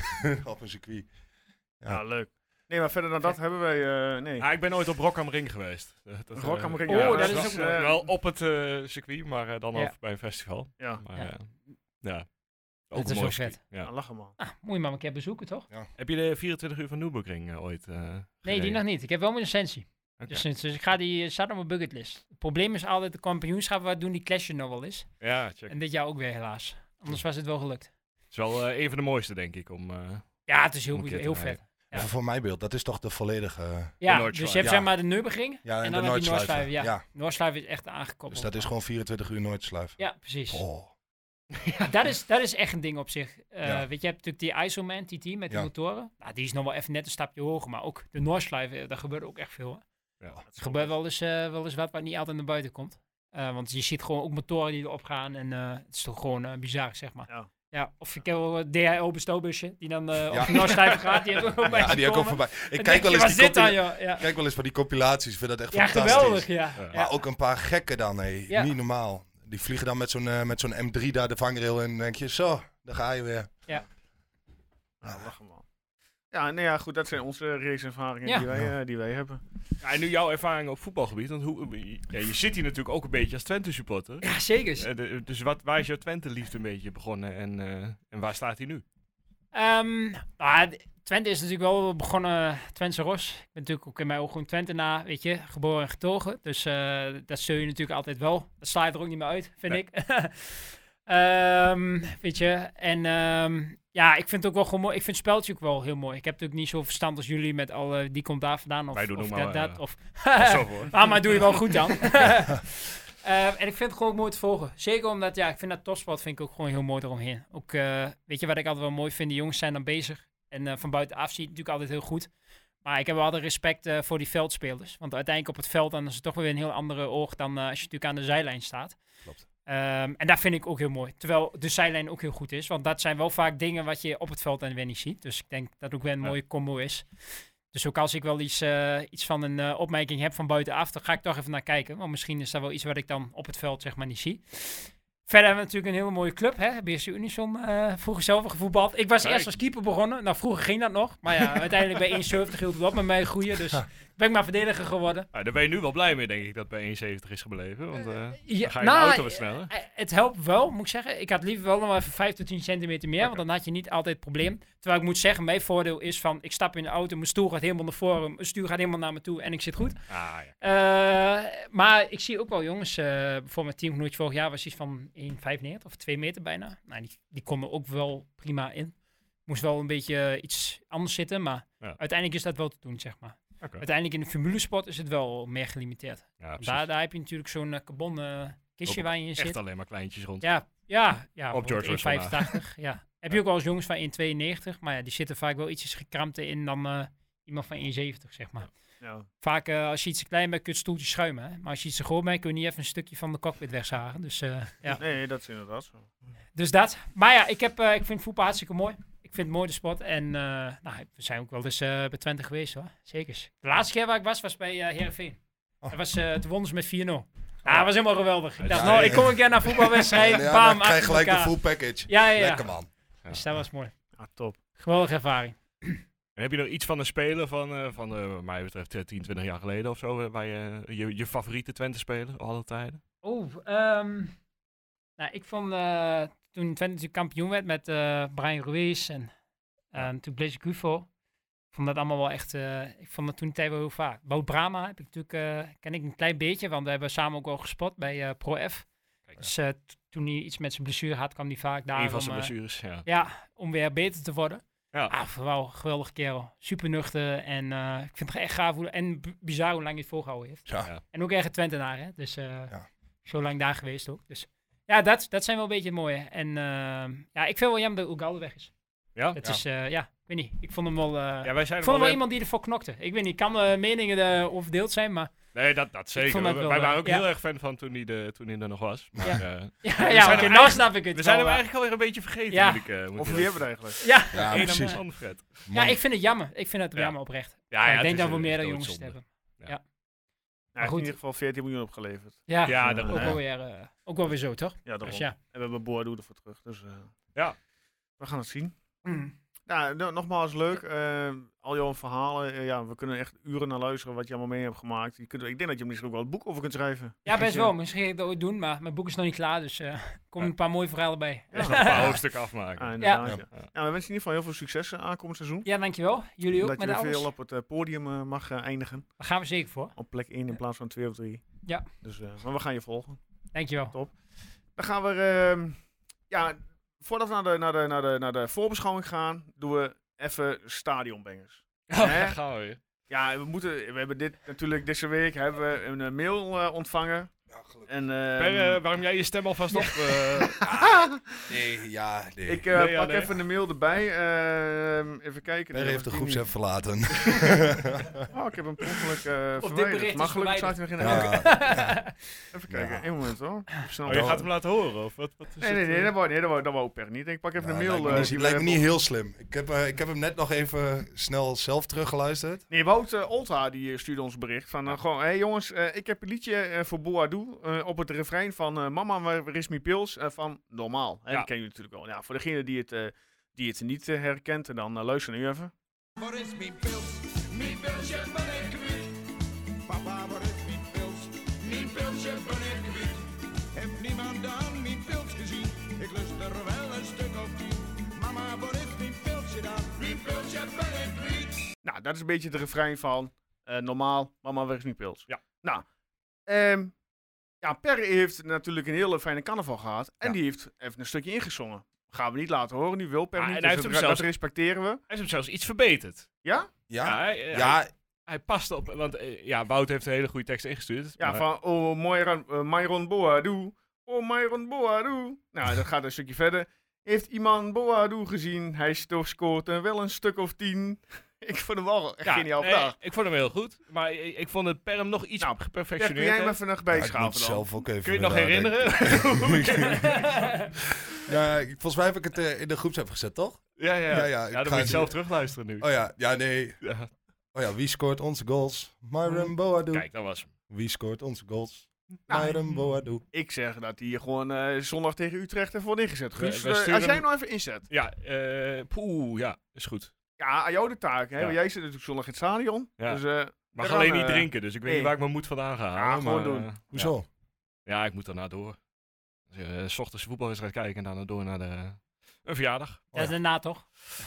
S4: op een circuit.
S1: Ja.
S4: Ja.
S1: leuk. Nee, maar verder dan dat hebben wij... uh, nee.
S3: Ah, ik ben nooit op Rock am Ring geweest. Dat, dat,
S1: Rock am
S3: uh,
S1: Ring,
S5: Oh,
S1: ja,
S5: dat is
S1: wel-
S5: ook
S1: eh,
S5: mooi.
S3: Wel op het uh, circuit, maar uh, dan
S5: Ja.
S3: ook bij een festival.
S1: Ja,
S3: Maar,
S5: Ja.
S3: ja. ja.
S5: Dat
S3: Ook
S5: is
S3: een
S5: wel
S3: mooi
S5: vet.
S3: circuit, Ja.
S1: ja, lachen man.
S5: Ah, moet je maar een keer bezoeken, toch?
S3: Heb je de vierentwintig uur van Nürburgring uh, ooit uh,
S5: Nee,
S3: gereden?
S5: die nog niet. Ik heb wel mijn licentie.
S3: Oké.
S5: Dus, dus ik ga die, staat op mijn bucketlist. Het probleem is altijd, de kampioenschappen wat doen, die clashen nog wel eens.
S3: Ja, check.
S5: En dit jaar ook weer helaas. Anders was het wel gelukt.
S3: Het is wel uh, een van de mooiste, denk ik, om... Uh,
S5: Ja, het is heel,
S3: Om een
S5: goed,
S3: keer te
S5: heel
S3: rijden.
S5: vet. Ja.
S4: Even voor mijn beeld, dat is toch de volledige...
S5: Ja,
S3: Noordschleife.
S5: dus je hebt
S4: Ja.
S5: zeg maar de Nürburgring
S4: Ja,
S5: en
S4: de
S5: dan heb je
S4: Noordschleife.
S5: Noordschleife. Ja.
S4: Ja.
S5: Noordschleife is echt aangekoppeld.
S4: Dus dat is gewoon vierentwintig uur Noordschleife.
S5: Ja, precies.
S4: Oh.
S5: dat, is, dat is echt een ding op zich. Uh,
S4: Ja.
S5: Weet je, je hebt natuurlijk die ISOman, T T met die
S4: Ja.
S5: motoren. Nou, die is nog wel even net een stapje hoger, maar ook de Nordschleife, daar gebeurt ook echt veel. Hè?
S3: Ja.
S5: Er gebeurt wel eens, uh, wel eens wat wat niet altijd naar buiten komt. Uh, want je ziet gewoon ook motoren die erop gaan en uh, het is toch gewoon uh, bizar, zeg maar.
S1: Ja.
S5: Ja, of ik heb wel een D H L bestoobusje die dan uh,
S4: Ja.
S5: op de Noordschleife gaat. Die ook bij
S4: Ja, die ook al voorbij. Ik kijk wel,
S5: je,
S4: eens
S5: wat
S4: die
S5: zit dan,
S4: compila-
S5: joh? Ja,
S4: kijk wel eens van die compilaties. Ik vind dat echt
S5: ja
S4: fantastisch.
S5: geweldig, ja.
S3: Ja.
S5: ja.
S4: Maar ook een paar gekken dan, hé.
S5: Ja.
S4: Niet normaal. Die vliegen dan met zo'n uh, met zo'n M drie daar de vangrail in. En dan denk je, zo, daar ga je weer.
S1: Ja, lachen man. Ja, nee, ja, goed, dat zijn onze raceervaringen
S5: Ja.
S1: die, wij,
S4: Ja.
S1: uh, die wij hebben.
S3: Ja, en nu jouw ervaring op voetbalgebied. Want hoe, ja, je zit hier natuurlijk ook een beetje als Twente-supporter.
S5: Ja, zeker.
S3: Eh, de- dus wat, waar is jouw Twente-liefde een beetje begonnen en, uh, en waar staat hij nu?
S5: Um, ah, Twente is natuurlijk wel begonnen, Twentse Ros. Ik ben natuurlijk ook in mijn ogen gewoon Twentenaar, weet je, geboren en getogen. Dus uh, dat zul je natuurlijk altijd wel. Dat slaat er ook niet meer uit, vind
S3: Nee.
S5: ik. um, weet je, en um, ja, ik vind het ook wel gewoon mooi. Ik vind het speltje ook wel heel mooi. Ik heb natuurlijk niet zo verstand als jullie met al, uh, die komt daar vandaan of,
S3: Wij doen
S5: of
S3: ook
S5: dat,
S3: maar,
S5: dat.
S3: uh,
S5: Of
S3: Zo voor.
S5: ah, maar doe je wel goed dan. Uh, en ik vind het gewoon mooi te volgen. Zeker omdat, ja, ik vind dat topsport vind ik ook gewoon heel mooi eromheen. Ook, uh, weet je wat ik altijd wel mooi vind? Die jongens zijn dan bezig. En uh, van buitenaf zie je het natuurlijk altijd heel goed. Maar ik heb wel altijd respect uh, voor die veldspelers. Want uiteindelijk op het veld dan is het toch weer een heel andere oog dan uh, als je natuurlijk aan de zijlijn staat.
S3: Klopt.
S5: Um, en dat vind ik ook heel mooi. Terwijl de zijlijn ook heel goed is. Want dat zijn wel vaak dingen wat je op het veld dan weer niet ziet. Dus ik denk dat het ook weer een
S3: Ja.
S5: mooie combo is. Dus ook als ik wel iets, uh, iets van een uh, opmerking heb van buitenaf, dan ga ik toch even naar kijken. Want misschien is dat wel iets wat ik dan op het veld zeg maar niet zie. Verder hebben we natuurlijk een hele mooie club, hè? B S C Unison, uh, vroeger zelf gevoetbald. Ik was
S3: Kijk.
S5: eerst als keeper begonnen. Nou, vroeger ging dat nog. Maar ja, uiteindelijk bij één zeventig hield het op met mij groeien. Dus ben ik maar verdediger geworden.
S3: Ah, daar ben je nu wel blij mee, denk ik, dat bij één zeventig is gebleven. Want uh,
S5: Ja,
S3: dan ga je
S5: nou,
S3: de auto wat sneller.
S5: uh, Het helpt wel, moet ik zeggen. Ik had liever wel nog even vijf tot tien centimeter meer, want dan had je niet altijd het probleem. Terwijl ik moet zeggen, mijn voordeel is van, ik stap in de auto, mijn stoel gaat helemaal naar voren, mijn stuur gaat helemaal naar me toe en ik zit goed.
S3: Ah, ja.
S5: Uh, maar ik zie ook wel jongens, uh, bijvoorbeeld mijn teamgenootje vorig jaar was iets van één vijfennegentig of twee meter bijna. Nou, die, die kon er ook wel prima in. Moest wel een beetje uh, iets anders zitten, maar
S3: Ja.
S5: uiteindelijk is dat wel te doen, zeg maar.
S3: Okay.
S5: Uiteindelijk in de formulesport is het wel meer gelimiteerd.
S3: Ja, precies.
S5: Daar, daar heb je natuurlijk zo'n uh, carbon uh, kistje
S3: Ook
S5: waar je in zit.
S3: Echt alleen maar kleintjes rond.
S5: Ja, ja, ja.
S3: Op George
S5: één vijfentachtig. Ja. Heb je ook wel eens jongens van één tweeënnegentig, maar ja, die zitten vaak wel ietsjes gekramter in dan uh, iemand van één zeventig, zeg maar.
S1: Ja.
S5: Vaak uh, als je iets te klein bent, kun je het stoeltje schuimen. Hè? Maar als je iets te groot bent, kun je niet even een stukje van de cockpit wegzagen. Dus, uh, ja.
S1: Nee, dat is inderdaad zo.
S5: dus dat. Maar ja, ik, heb, uh, ik vind voetbal hartstikke mooi. Ik vind het mooi de sport. En uh, nou, we zijn ook wel eens uh, bij Twente geweest hoor. Zeker. De laatste keer waar ik was, was bij uh, Heerenveen.
S4: Oh.
S5: Dat was, uh, toen wonnen ze met vier nul. Ah, dat was helemaal geweldig. Ik dacht,
S3: Ja,
S5: nou,
S3: ja,
S5: ik kom een keer naar voetbalwedstrijd.
S4: Ja,
S5: Bam,
S4: dan krijg je
S5: achter
S4: gelijk de
S5: elkaar.
S4: full package.
S5: Ja, ja, ja.
S4: Lekker man.
S3: Ja.
S5: Dus dat was mooi.
S1: Ja, top.
S5: Geweldige ervaring.
S3: En heb je nog iets van een speler van, uh, van uh, wat mij betreft, tien, twintig jaar geleden of zo, uh, waar je, uh, je je favoriete Twente-speler alle tijden?
S5: Oh, um, nou, ik vond uh, toen Twente natuurlijk kampioen werd met uh, Brian Ruiz en uh, natuurlijk Blaise Gufo. Ik vond dat allemaal wel echt, uh, ik vond dat toen de tijd wel heel vaak. Wout Brama heb ik natuurlijk, uh, ken ik een klein beetje, want we hebben samen ook al gespot bij uh, Pro F.
S3: Kijk,
S5: Dus uh, t- toen hij iets met zijn blessure had, kwam hij vaak daar
S3: een van
S5: om,
S3: zijn
S5: uh,
S3: blessures, ja.
S5: ja, om weer beter te worden.
S3: Ja.
S5: Ah, wel, geweldig kerel. Super nuchter en uh, ik vind het echt gaaf hoe, en b- bizar hoe lang hij het volgehouden heeft.
S4: Ja.
S3: Ja.
S5: En ook echt een Twentenaar, hè. Dus uh,
S4: Ja.
S5: zo lang daar geweest ook. Dus ja, dat, dat zijn wel een beetje het mooie. En uh, ja, ik vind wel jammer dat Ugalde weg is.
S3: Ja?
S5: Dat
S4: Ja.
S5: is, uh, ja, ik weet niet. Ik vond hem wel, uh,
S3: Ja, wij zijn
S5: ik vond hem wel
S3: weer-
S5: iemand die ervoor knokte. Ik weet niet, kan uh, meningen uh, over verdeeld zijn, maar
S3: Nee, dat, dat zeker.
S5: vond dat
S3: Wij-
S5: wel,
S3: wij
S5: uh,
S3: waren ook
S5: ja.
S3: heel erg fan van toen hij, de, toen hij er nog was. Maar,
S5: Ja.
S3: uh,
S5: ja,
S3: We
S5: ja
S3: zijn
S5: oké,
S3: hem
S5: nou
S3: eigenlijk-
S5: snap ik het
S3: we zijn hem
S5: wel, uh,
S3: eigenlijk alweer een beetje vergeten.
S5: Ja.
S3: Moet ik, uh, moet
S1: Of
S3: ik
S1: wie
S3: zeggen.
S1: hebben we het eigenlijk?
S5: Ja,
S4: Ja,
S3: Eén
S4: precies.
S3: man, Fred.
S5: ja, ik vind het jammer. Ik vind het
S3: Ja.
S5: jammer oprecht.
S3: Ja,
S5: Maar
S3: ja,
S5: ik
S3: het
S5: denk
S3: is
S5: dat we
S3: een
S5: meerdere jongens
S3: doodzonde.
S5: hebben.
S1: Hij heeft
S5: goed.
S1: in ieder geval veertien miljoen opgeleverd.
S5: Ja,
S3: Ja,
S5: ook,
S3: daarom.
S5: wel weer, uh, ook wel weer zo, toch?
S1: Ja, daarom.
S5: Dus ja.
S1: En we hebben Boadu ervoor terug. Dus uh,
S3: Ja.
S1: we gaan het zien.
S5: Mm.
S1: Nou, no- nogmaals leuk. Uh, al jouw verhalen. Uh, ja, we kunnen echt uren naar luisteren wat je allemaal mee hebt gemaakt. Je kunt, ik denk dat je er misschien ook wel een boek over kunt schrijven.
S5: Ja, best
S1: je-
S5: wel. Misschien ga ik dat ooit doen, maar mijn boek is nog niet klaar, dus er uh, komen een paar mooie verhalen bij.
S3: Ja. Nog een paar hoofdstukken afmaken.
S1: Ah, inderdaad,
S3: Ja.
S1: ja. Ja, we wensen in ieder geval heel veel succes uh, aankomend seizoen.
S5: Ja, dankjewel. Jullie ook
S1: dat je
S5: met
S1: weer
S5: alles.
S1: veel op het uh, podium uh, mag uh, eindigen.
S5: Daar gaan we zeker voor.
S1: Op plek één in plaats van twee of drie.
S5: Ja.
S1: Dus, uh, maar we gaan je volgen.
S5: Dankjewel.
S1: Dan gaan we, uh, ja, voordat we naar de, naar, de, naar, de, naar de voorbeschouwing gaan, doen we even stadionbangers.
S3: Oh,
S1: Hè?
S3: daar gaan we weer.
S1: Ja, we moeten, we hebben dit natuurlijk deze week hebben we een uh, mail uh, ontvangen. En,
S3: Per,
S1: uh,
S3: uh, waarom jij je stem alvast op? Uh...
S4: ah, nee, ja, nee.
S1: Ik uh,
S3: nee,
S1: pak
S3: ja, nee.
S1: even de mail erbij. Uh, even kijken.
S4: Per heeft de groepsapp verlaten.
S1: Oh, ik heb hem per ongeluk uh,
S5: Of
S1: verwijderd. Maar gelukkig staat hij nog in de
S4: ja.
S1: ja. Even kijken,
S4: Ja.
S1: één moment hoor.
S3: Oh, je gaat hem laten horen? Of wat, wat is
S1: nee, nee,
S3: het,
S1: nee,
S3: uh...
S1: dat wou, nee, dat wou, dat wou Per niet. Ik pak even
S4: Nou,
S1: de mail.
S4: lijkt me,
S1: Uh,
S4: niet,
S1: die
S4: lijkt me
S1: we
S4: niet heel slim. Ik heb, uh, ik heb hem net nog even snel zelf teruggeluisterd.
S1: Nee, Wout uh, Olta die stuurde ons bericht van uh, gewoon, hé hey, jongens, uh, ik heb een liedje uh, voor Boadou uh, op het refrein van uh, Mama, waar is mijn pils? Uh, van Normaal. Hè,
S3: Ja.
S1: Die kennen jullie natuurlijk wel. Ja, voor degene die het, uh, die het niet uh, herkent, en dan uh, luister nu even.
S6: Waar is mijn pils? Mijn pilsje ben ik kwijt. Papa, waar is mijn pils? Mijn pilsje ben ik kwijt. Heeft niemand aan mijn pils gezien? Ik lust er wel een stuk of tien. Mama, waar is mijn pilsje dan? Mijn pilsje ben ik kwijt.
S1: Nou, dat is een beetje het refrein van uh, Normaal, Mama, waar is mijn pils?
S3: Ja.
S1: Nou, um, ja, Per heeft natuurlijk een hele fijne carnaval gehad. En
S4: Ja.
S1: die heeft even een stukje ingezongen. Gaan we niet laten horen, nu wil Per
S3: Ah,
S1: niet.
S3: en
S1: Dus
S3: hij heeft
S1: dat,
S3: hem zelfs-
S1: dat respecteren we.
S3: Hij is hem zelfs iets verbeterd.
S1: Ja?
S3: Ja,
S4: Ja,
S3: hij,
S4: ja,
S3: hij, hij past op, want uh, ja, Wout heeft een hele goede tekst ingestuurd.
S1: Ja,
S3: maar-
S1: van oh, Myron, uh, Myron Boadou. Oh, Myron Boadou. Nou, dat gaat een stukje verder. Heeft iemand Boadou gezien? Hij sto- scoort er wel een stuk of tien. Ik vond hem wel echt
S3: ja,
S1: geniaal
S3: nee,
S1: vandaag.
S3: ik vond hem heel goed, maar ik, ik vond het per hem nog iets
S1: Nou, Per, kun
S3: geperfectioneerd.
S1: jij hem
S3: hè?
S1: even nog
S4: ja, ik
S1: bijschaven
S4: moet
S1: dan?
S4: zelf ook even
S3: Kun je het nog
S4: weer
S3: herinneren?
S4: nadenken. Ja, ik- volgens mij heb ik het uh, in de groepsapp gezet, toch?
S3: ja, ja.
S4: Ja,
S3: ja,
S4: ja, ik
S3: dan
S4: ga
S3: moet je
S4: het-
S3: zelf terugluisteren nu.
S4: Oh ja, ja, nee.
S3: Ja.
S4: Oh ja, wie scoort onze goals? Myron Boadou.
S3: Kijk, dat was hem.
S4: Wie scoort onze goals?
S1: Nou,
S4: Myron Boadou.
S1: Ik zeg dat hij hier gewoon uh, zondag tegen Utrecht even wordt ingezet.
S3: We-
S1: Guus,
S3: we
S1: uh,
S3: sturen
S1: als jij
S3: hem-
S1: nou even inzet.
S3: Ja, eh poeh, ja, is goed.
S1: Ja, aan jou de taak. Hè?
S3: Ja.
S1: Want jij zit natuurlijk zondag in het stadion.
S3: Ja.
S1: Dus, uh,
S3: Mag
S1: Eraan,
S3: alleen niet
S1: eh,
S3: drinken, dus ik weet
S1: nee.
S3: niet waar ik mijn moed vandaan ga
S1: Ja,
S3: halen.
S1: gewoon
S3: maar,
S1: doen.
S3: eh,
S4: Hoezo?
S3: Ja. ja, ik moet daarna door. Dus, uh, 's ochtends de voetbalwedstrijd kijken en daarna door naar de, een verjaardag.
S5: Dat is daarna toch?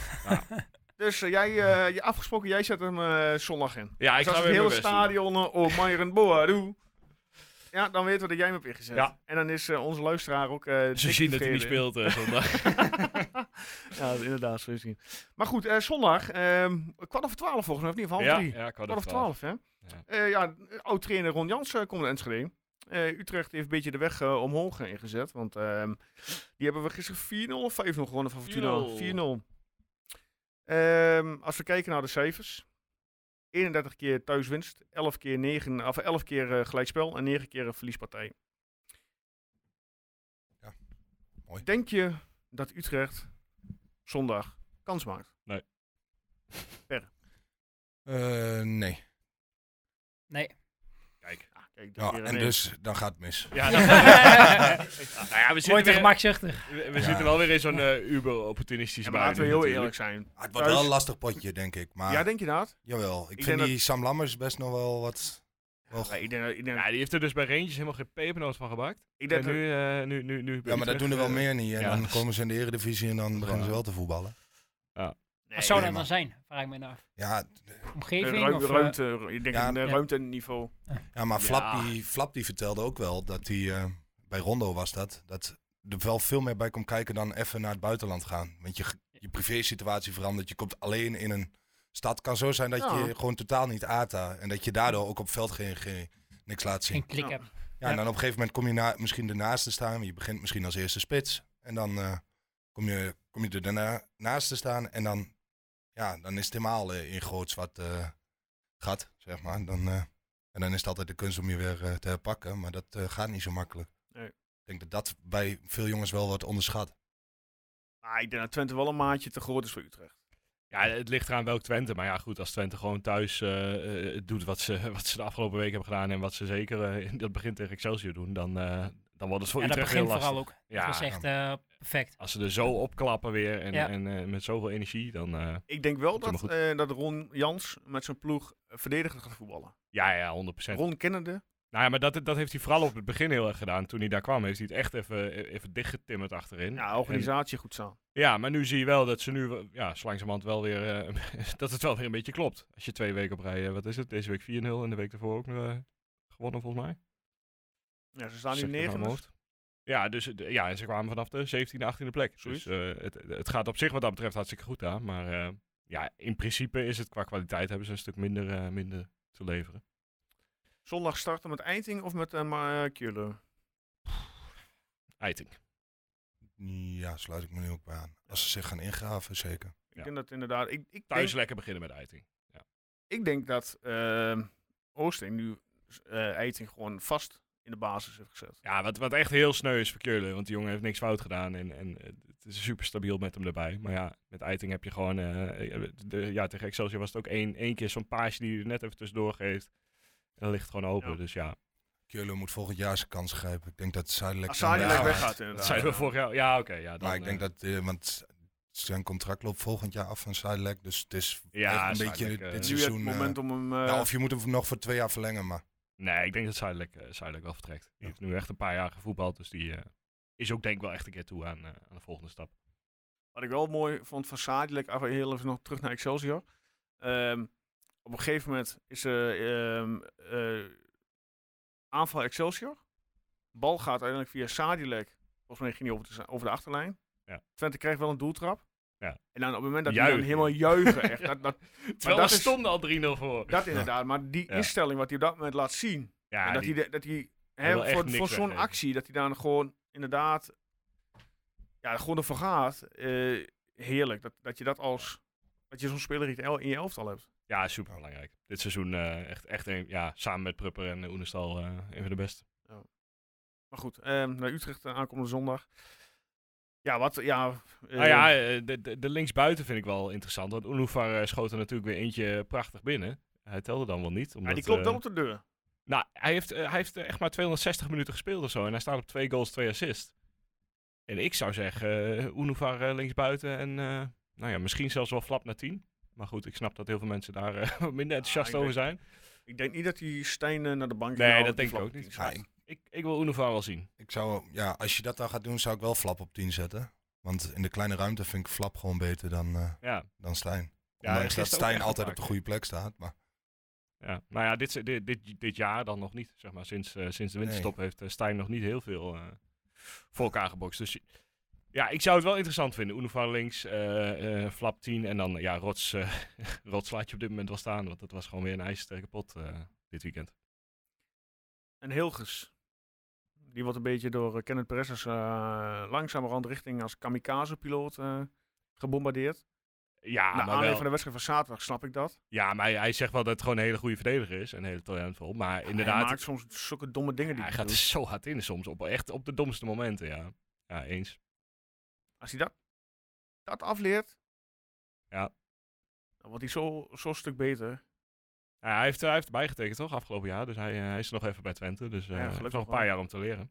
S1: dus uh, jij, uh, je afgesproken, jij zet hem uh, zondag in.
S3: Ja, ik
S1: Dus
S3: ga
S1: als
S3: weer
S1: het
S3: mijn
S1: hele
S3: best doen.
S1: stadion uh, oh Myron Boadou. Ja, dan weten we dat jij hem hebt ingezet.
S3: Ja.
S1: En dan is uh, onze luisteraar ook uh,
S3: Ze
S1: dik
S3: zien dat hij niet
S1: tevreden.
S3: speelt uh, zondag.
S1: Ja, dat is inderdaad, zo zien. Maar goed, uh, zondag, um, kwart over twaalf volgens mij, of niet? Of half
S3: ja,
S1: drie?
S3: ja, kwart
S1: Kwart over twaalf, hè?
S3: Ja.
S1: Uh, ja, oud-trainer Ron Jans uh, komt naar Enschede. Uh, Utrecht heeft een beetje de weg uh, omhoog uh, ingezet. Want um, die hebben we gisteren vier nul of vijf nul gewonnen van Fortuna. vier nul. Um, als we kijken naar de cijfers. eenendertig keer thuiswinst, elf keer, negen, of elf keer uh, gelijkspel en negen keer uh, verliespartij.
S4: Ja, mooi.
S1: Denk je dat Utrecht zondag kans maakt?
S4: Uh, nee.
S5: Nee.
S3: Kijk.
S1: Ja, kijk,
S4: Ja,
S1: keer een
S4: en
S1: nee.
S4: dus, dan gaat het mis.
S3: Ja, dan... nou ja, we
S5: Mooi
S3: zitten,
S5: te
S3: weer,
S5: gemakzuchtig.
S3: we, we
S4: Ja.
S3: zitten wel weer in zo'n uh, uber-opportunistische
S1: Ja, maar laten we
S3: buiding
S1: heel
S3: natuurlijk.
S1: eerlijk zijn.
S4: Ah, het wordt
S1: Thuis-
S4: wel een lastig potje, denk ik. Maar
S1: Ja, denk je dat?
S4: jawel, ik,
S1: Ik
S4: vind
S1: denk dat-
S4: die Sam Lammers best nog wel wat... Wel
S1: Nee, ik denk, ik denk,
S3: Ja, die heeft er dus bij Rangers helemaal geen pepernoot van gebakt.
S1: ik
S3: En
S1: denk
S3: nu, uh, nu, nu, nu bij
S4: Ja, maar dat
S3: Utrecht,
S4: doen er wel
S3: uh,
S4: meer niet. En
S3: ja,
S4: dan
S3: dat is-
S4: komen ze in de eredivisie en dan beginnen ze wel te voetballen.
S1: nee,
S5: Wat zou
S4: nee,
S5: dat dan
S4: maar-
S5: zijn? Vraag ik me nou af.
S4: Ja,
S1: de
S5: Omgeving?
S1: ruim-
S5: of, eh,
S1: ruimte, ik denk
S4: ja,
S1: een
S5: ja.
S1: ruimteniveau.
S4: ja maar Flap,
S3: Ja.
S4: Die, Flap die vertelde ook wel dat hij, eh, bij Rondo was dat, dat er wel veel meer bij komt kijken dan even naar het buitenland gaan. Want je, je privé-situatie verandert. Je komt alleen in een stad. kan zo zijn dat
S1: Ja.
S4: je gewoon totaal niet aata. En dat je daardoor ook op veld geen, geen, niks laat zien.
S5: geen klik
S1: Ja.
S5: hebben.
S4: Ja, en dan op een gegeven moment kom je na, misschien ernaast te staan. Je begint misschien als eerste spits. En dan eh, kom, je, kom je er daarna naast te staan. En dan, ja, dan is het helemaal eh, in groot zwart eh, gat, zeg maar. Dan, eh, en dan is het altijd de kunst om je weer eh, te herpakken. Maar dat eh, gaat niet zo makkelijk.
S1: Nee.
S4: Ik denk dat dat bij veel jongens wel wordt onderschat.
S1: Ah, ik denk dat Twente wel een maatje te groot is voor Utrecht.
S3: Ja, het ligt eraan welk Twente. Maar ja, goed, als Twente gewoon thuis uh, uh, doet wat ze, wat ze de afgelopen week hebben gedaan. En wat ze zeker uh, in dat begin tegen Excelsior doen. Dan, uh, dan wordt het voor
S5: Ja, dat
S3: Utrecht heel
S5: begint
S3: lastig.
S5: vooral ook.
S3: Ja,
S5: dat was echt uh, perfect.
S3: Als ze er zo opklappen weer en,
S5: Ja.
S3: en uh, met zoveel energie, dan... Uh,
S1: Ik denk wel
S3: Komt
S1: dat,
S3: helemaal
S1: uh, dat Ron Jans met zijn ploeg uh, verdedigend gaat voetballen.
S3: ja, ja, honderd procent.
S1: Ron kennende.
S3: Nou ja, maar dat, dat heeft hij vooral op het begin heel erg gedaan. Toen hij daar kwam, heeft hij het echt even, even dichtgetimmerd achterin.
S1: Ja, organisatie goed staan.
S3: En, ja, maar nu zie je wel dat ze nu, ja, zo langzamerhand wel weer, uh, dat het wel weer een beetje klopt. Als je twee weken op rij, uh, wat is het, deze week vier nul en de week daarvoor ook uh, gewonnen volgens mij.
S1: Ja, ze staan nu
S3: Zeg ik het nou
S1: negen.
S3: uit mijn hoofd. Ja, dus, uh, ja, en ze kwamen vanaf de zeventiende, achttiende plek.
S1: Zoiets.
S3: Dus uh, het, het gaat op zich wat dat betreft hartstikke goed aan. Maar uh, ja, in principe is het qua kwaliteit hebben ze een stuk minder, uh, minder te leveren.
S1: Zondag starten met Eiting of met uh, Keulen?
S3: Eiting.
S4: Ja, sluit ik me nu ook bij aan. Als ze zich gaan ingraven, zeker.
S1: Ik
S3: Ja.
S1: denk dat inderdaad... Ik, ik,
S3: Thuis
S1: denk,
S3: lekker beginnen met Eiting.
S1: ik denk dat uh, Oosting nu uh, Eiting gewoon vast in de basis heeft gezet.
S3: Ja, wat, wat echt heel sneu is voor Keulen. Want die jongen heeft niks fout gedaan. En, en uh, het is super stabiel met hem erbij. Maar ja, met Eiting heb je gewoon... Uh, de, ja, tegen Excelsior was het ook één, één keer zo'n paasje die hij er net even tussendoor geeft. En dan ligt het gewoon open.
S1: Ja.
S3: Dus ja,
S4: Keulen moet volgend jaar zijn kans grijpen. Ik denk dat Sadilek
S1: Als
S4: dan
S1: Sadilek
S4: weggaat.
S1: weggaat
S3: dat
S1: inderdaad.
S3: zeiden we vorig jaar. Ja, oké. Okay, ja, dan,
S4: Maar ik denk
S3: uh,
S4: dat, uh, want zijn contract loopt volgend jaar af van Sadilek. Dus het is
S3: Ja,
S4: echt een beetje
S3: Sadilek,
S4: dit
S3: uh,
S4: dit
S1: Nu het
S4: seizoen...
S1: moment
S4: uh,
S1: om hem... Uh,
S4: ja, of je moet hem nog voor twee jaar verlengen, maar...
S3: Nee, ik denk dat Zuidelijk, uh, Zuidelijk wel vertrekt. Die
S4: Ja.
S3: heeft nu echt een paar jaar gevoetbald. Dus die uh, is ook denk ik wel echt een keer toe aan, uh, aan de volgende stap.
S1: Wat ik wel mooi vond van Sadilek, even heel even nog terug naar Excelsior. Um, op een gegeven moment is er um, uh, aanval Excelsior. Bal gaat uiteindelijk via Sadilek. Volgens mij ging hij over de, over de achterlijn.
S3: Ja.
S1: Twente krijgt wel een doeltrap.
S3: Ja.
S1: En dan op het moment dat
S3: Juichen.
S1: hij dan helemaal juichen. Echt,
S3: Ja.
S1: dat, dat,
S3: Terwijl
S1: dat
S3: we
S1: is-
S3: stonden al drie nul voor.
S1: dat inderdaad. Maar die
S3: Ja.
S1: instelling wat hij op dat moment laat zien.
S3: Ja,
S1: en dat
S3: die-
S1: hij, de- dat hij
S3: Hij wil
S1: hè,
S3: echt
S1: voor,
S3: niks
S1: voor zo'n
S3: weggeven.
S1: actie, dat hij dan gewoon inderdaad ja, gewoon ervoor gaat. eh, heerlijk. Dat, dat je dat als dat je zo'n speler in je- in je elftal hebt.
S3: ja, super belangrijk. Dit seizoen uh, echt, echt een, ja, samen met Prupper en uh, Oenestal uh, een van de beste.
S1: Maar goed, ehm, naar Utrecht uh, aankomende zondag. Ja, wat, ja... eh,
S3: Nou ja, uh, de, de, de linksbuiten vind ik wel interessant. Want Unufar uh, schoot er natuurlijk weer eentje prachtig binnen. Hij telde dan wel niet. Omdat,
S1: ja, die klopt
S3: uh,
S1: wel op de deur.
S3: Nou, hij heeft, uh, hij heeft uh, echt maar tweehonderdzestig minuten gespeeld of zo. En hij staat op twee goals, twee assists. En ik zou zeggen, uh, Unufar uh, linksbuiten en uh, nou ja, misschien zelfs wel Flap naar tien. Maar goed, ik snap dat heel veel mensen daar uh, wat minder enthousiast
S1: ik
S3: over
S1: denk-
S3: zijn.
S1: Ik denk niet dat die Stijn uh, naar de bank
S3: Nee,
S1: gaat
S3: dat
S1: halen,
S3: denk
S1: die
S3: ik ook
S1: Flap
S3: niet.
S1: op tien
S4: Ja,
S1: staat.
S4: ik,
S3: Ik, ik wil Unufar wel zien.
S4: ik zou, ja, als je dat dan gaat doen, zou ik wel Flap op tien zetten. Want in de kleine ruimte vind ik Flap gewoon beter dan, uh,
S3: Ja,
S4: dan Stijn.
S3: Ja,
S4: Ondanks dat
S3: gisteren ook
S4: Stijn
S3: echt
S4: altijd
S3: een
S4: op de
S3: paar
S4: goede plek staat. Maar
S3: ja. Nou ja, dit, dit, dit, dit jaar dan nog niet. Zeg maar. Sinds, uh, sinds de winterstop heeft uh, Stijn nog niet heel veel uh, voor elkaar gebokst. Dus ja, ik zou het wel interessant vinden. Unufar links, uh, uh, Flap tien en dan uh, ja, Rots, uh, Rots laat je op dit moment wel staan. Want dat was gewoon weer een ijzersterke pot uh, dit weekend.
S1: En Hilgers. Die wordt een beetje door uh, Kenneth Perez als, uh, langzamerhand richting als kamikaze-piloot uh, gebombardeerd.
S3: Ja,
S1: Na
S3: maar
S1: aanleiding
S3: wel,
S1: van de wedstrijd van zaterdag snap ik dat.
S3: ja, maar hij, hij zegt wel dat het gewoon een hele goede verdediger is. En een hele talentvol. Maar
S1: Hij
S3: inderdaad,
S1: maakt soms zulke domme dingen die
S3: hij
S1: hij
S3: gaat er
S1: doet.
S3: zo hard in soms. Op, echt op de domste momenten, ja. Ja, eens.
S1: Als hij dat, dat afleert,
S3: Ja.
S1: dan wordt hij zo- zo'n stuk beter.
S3: Ja, hij, heeft, hij heeft erbij getekend, toch? Afgelopen jaar. Dus hij, uh, hij is er nog even bij Twente. Dus uh,
S1: Ja,
S3: hij heeft
S1: gelukkig
S3: nog een paar
S1: wel.
S3: jaar om te leren.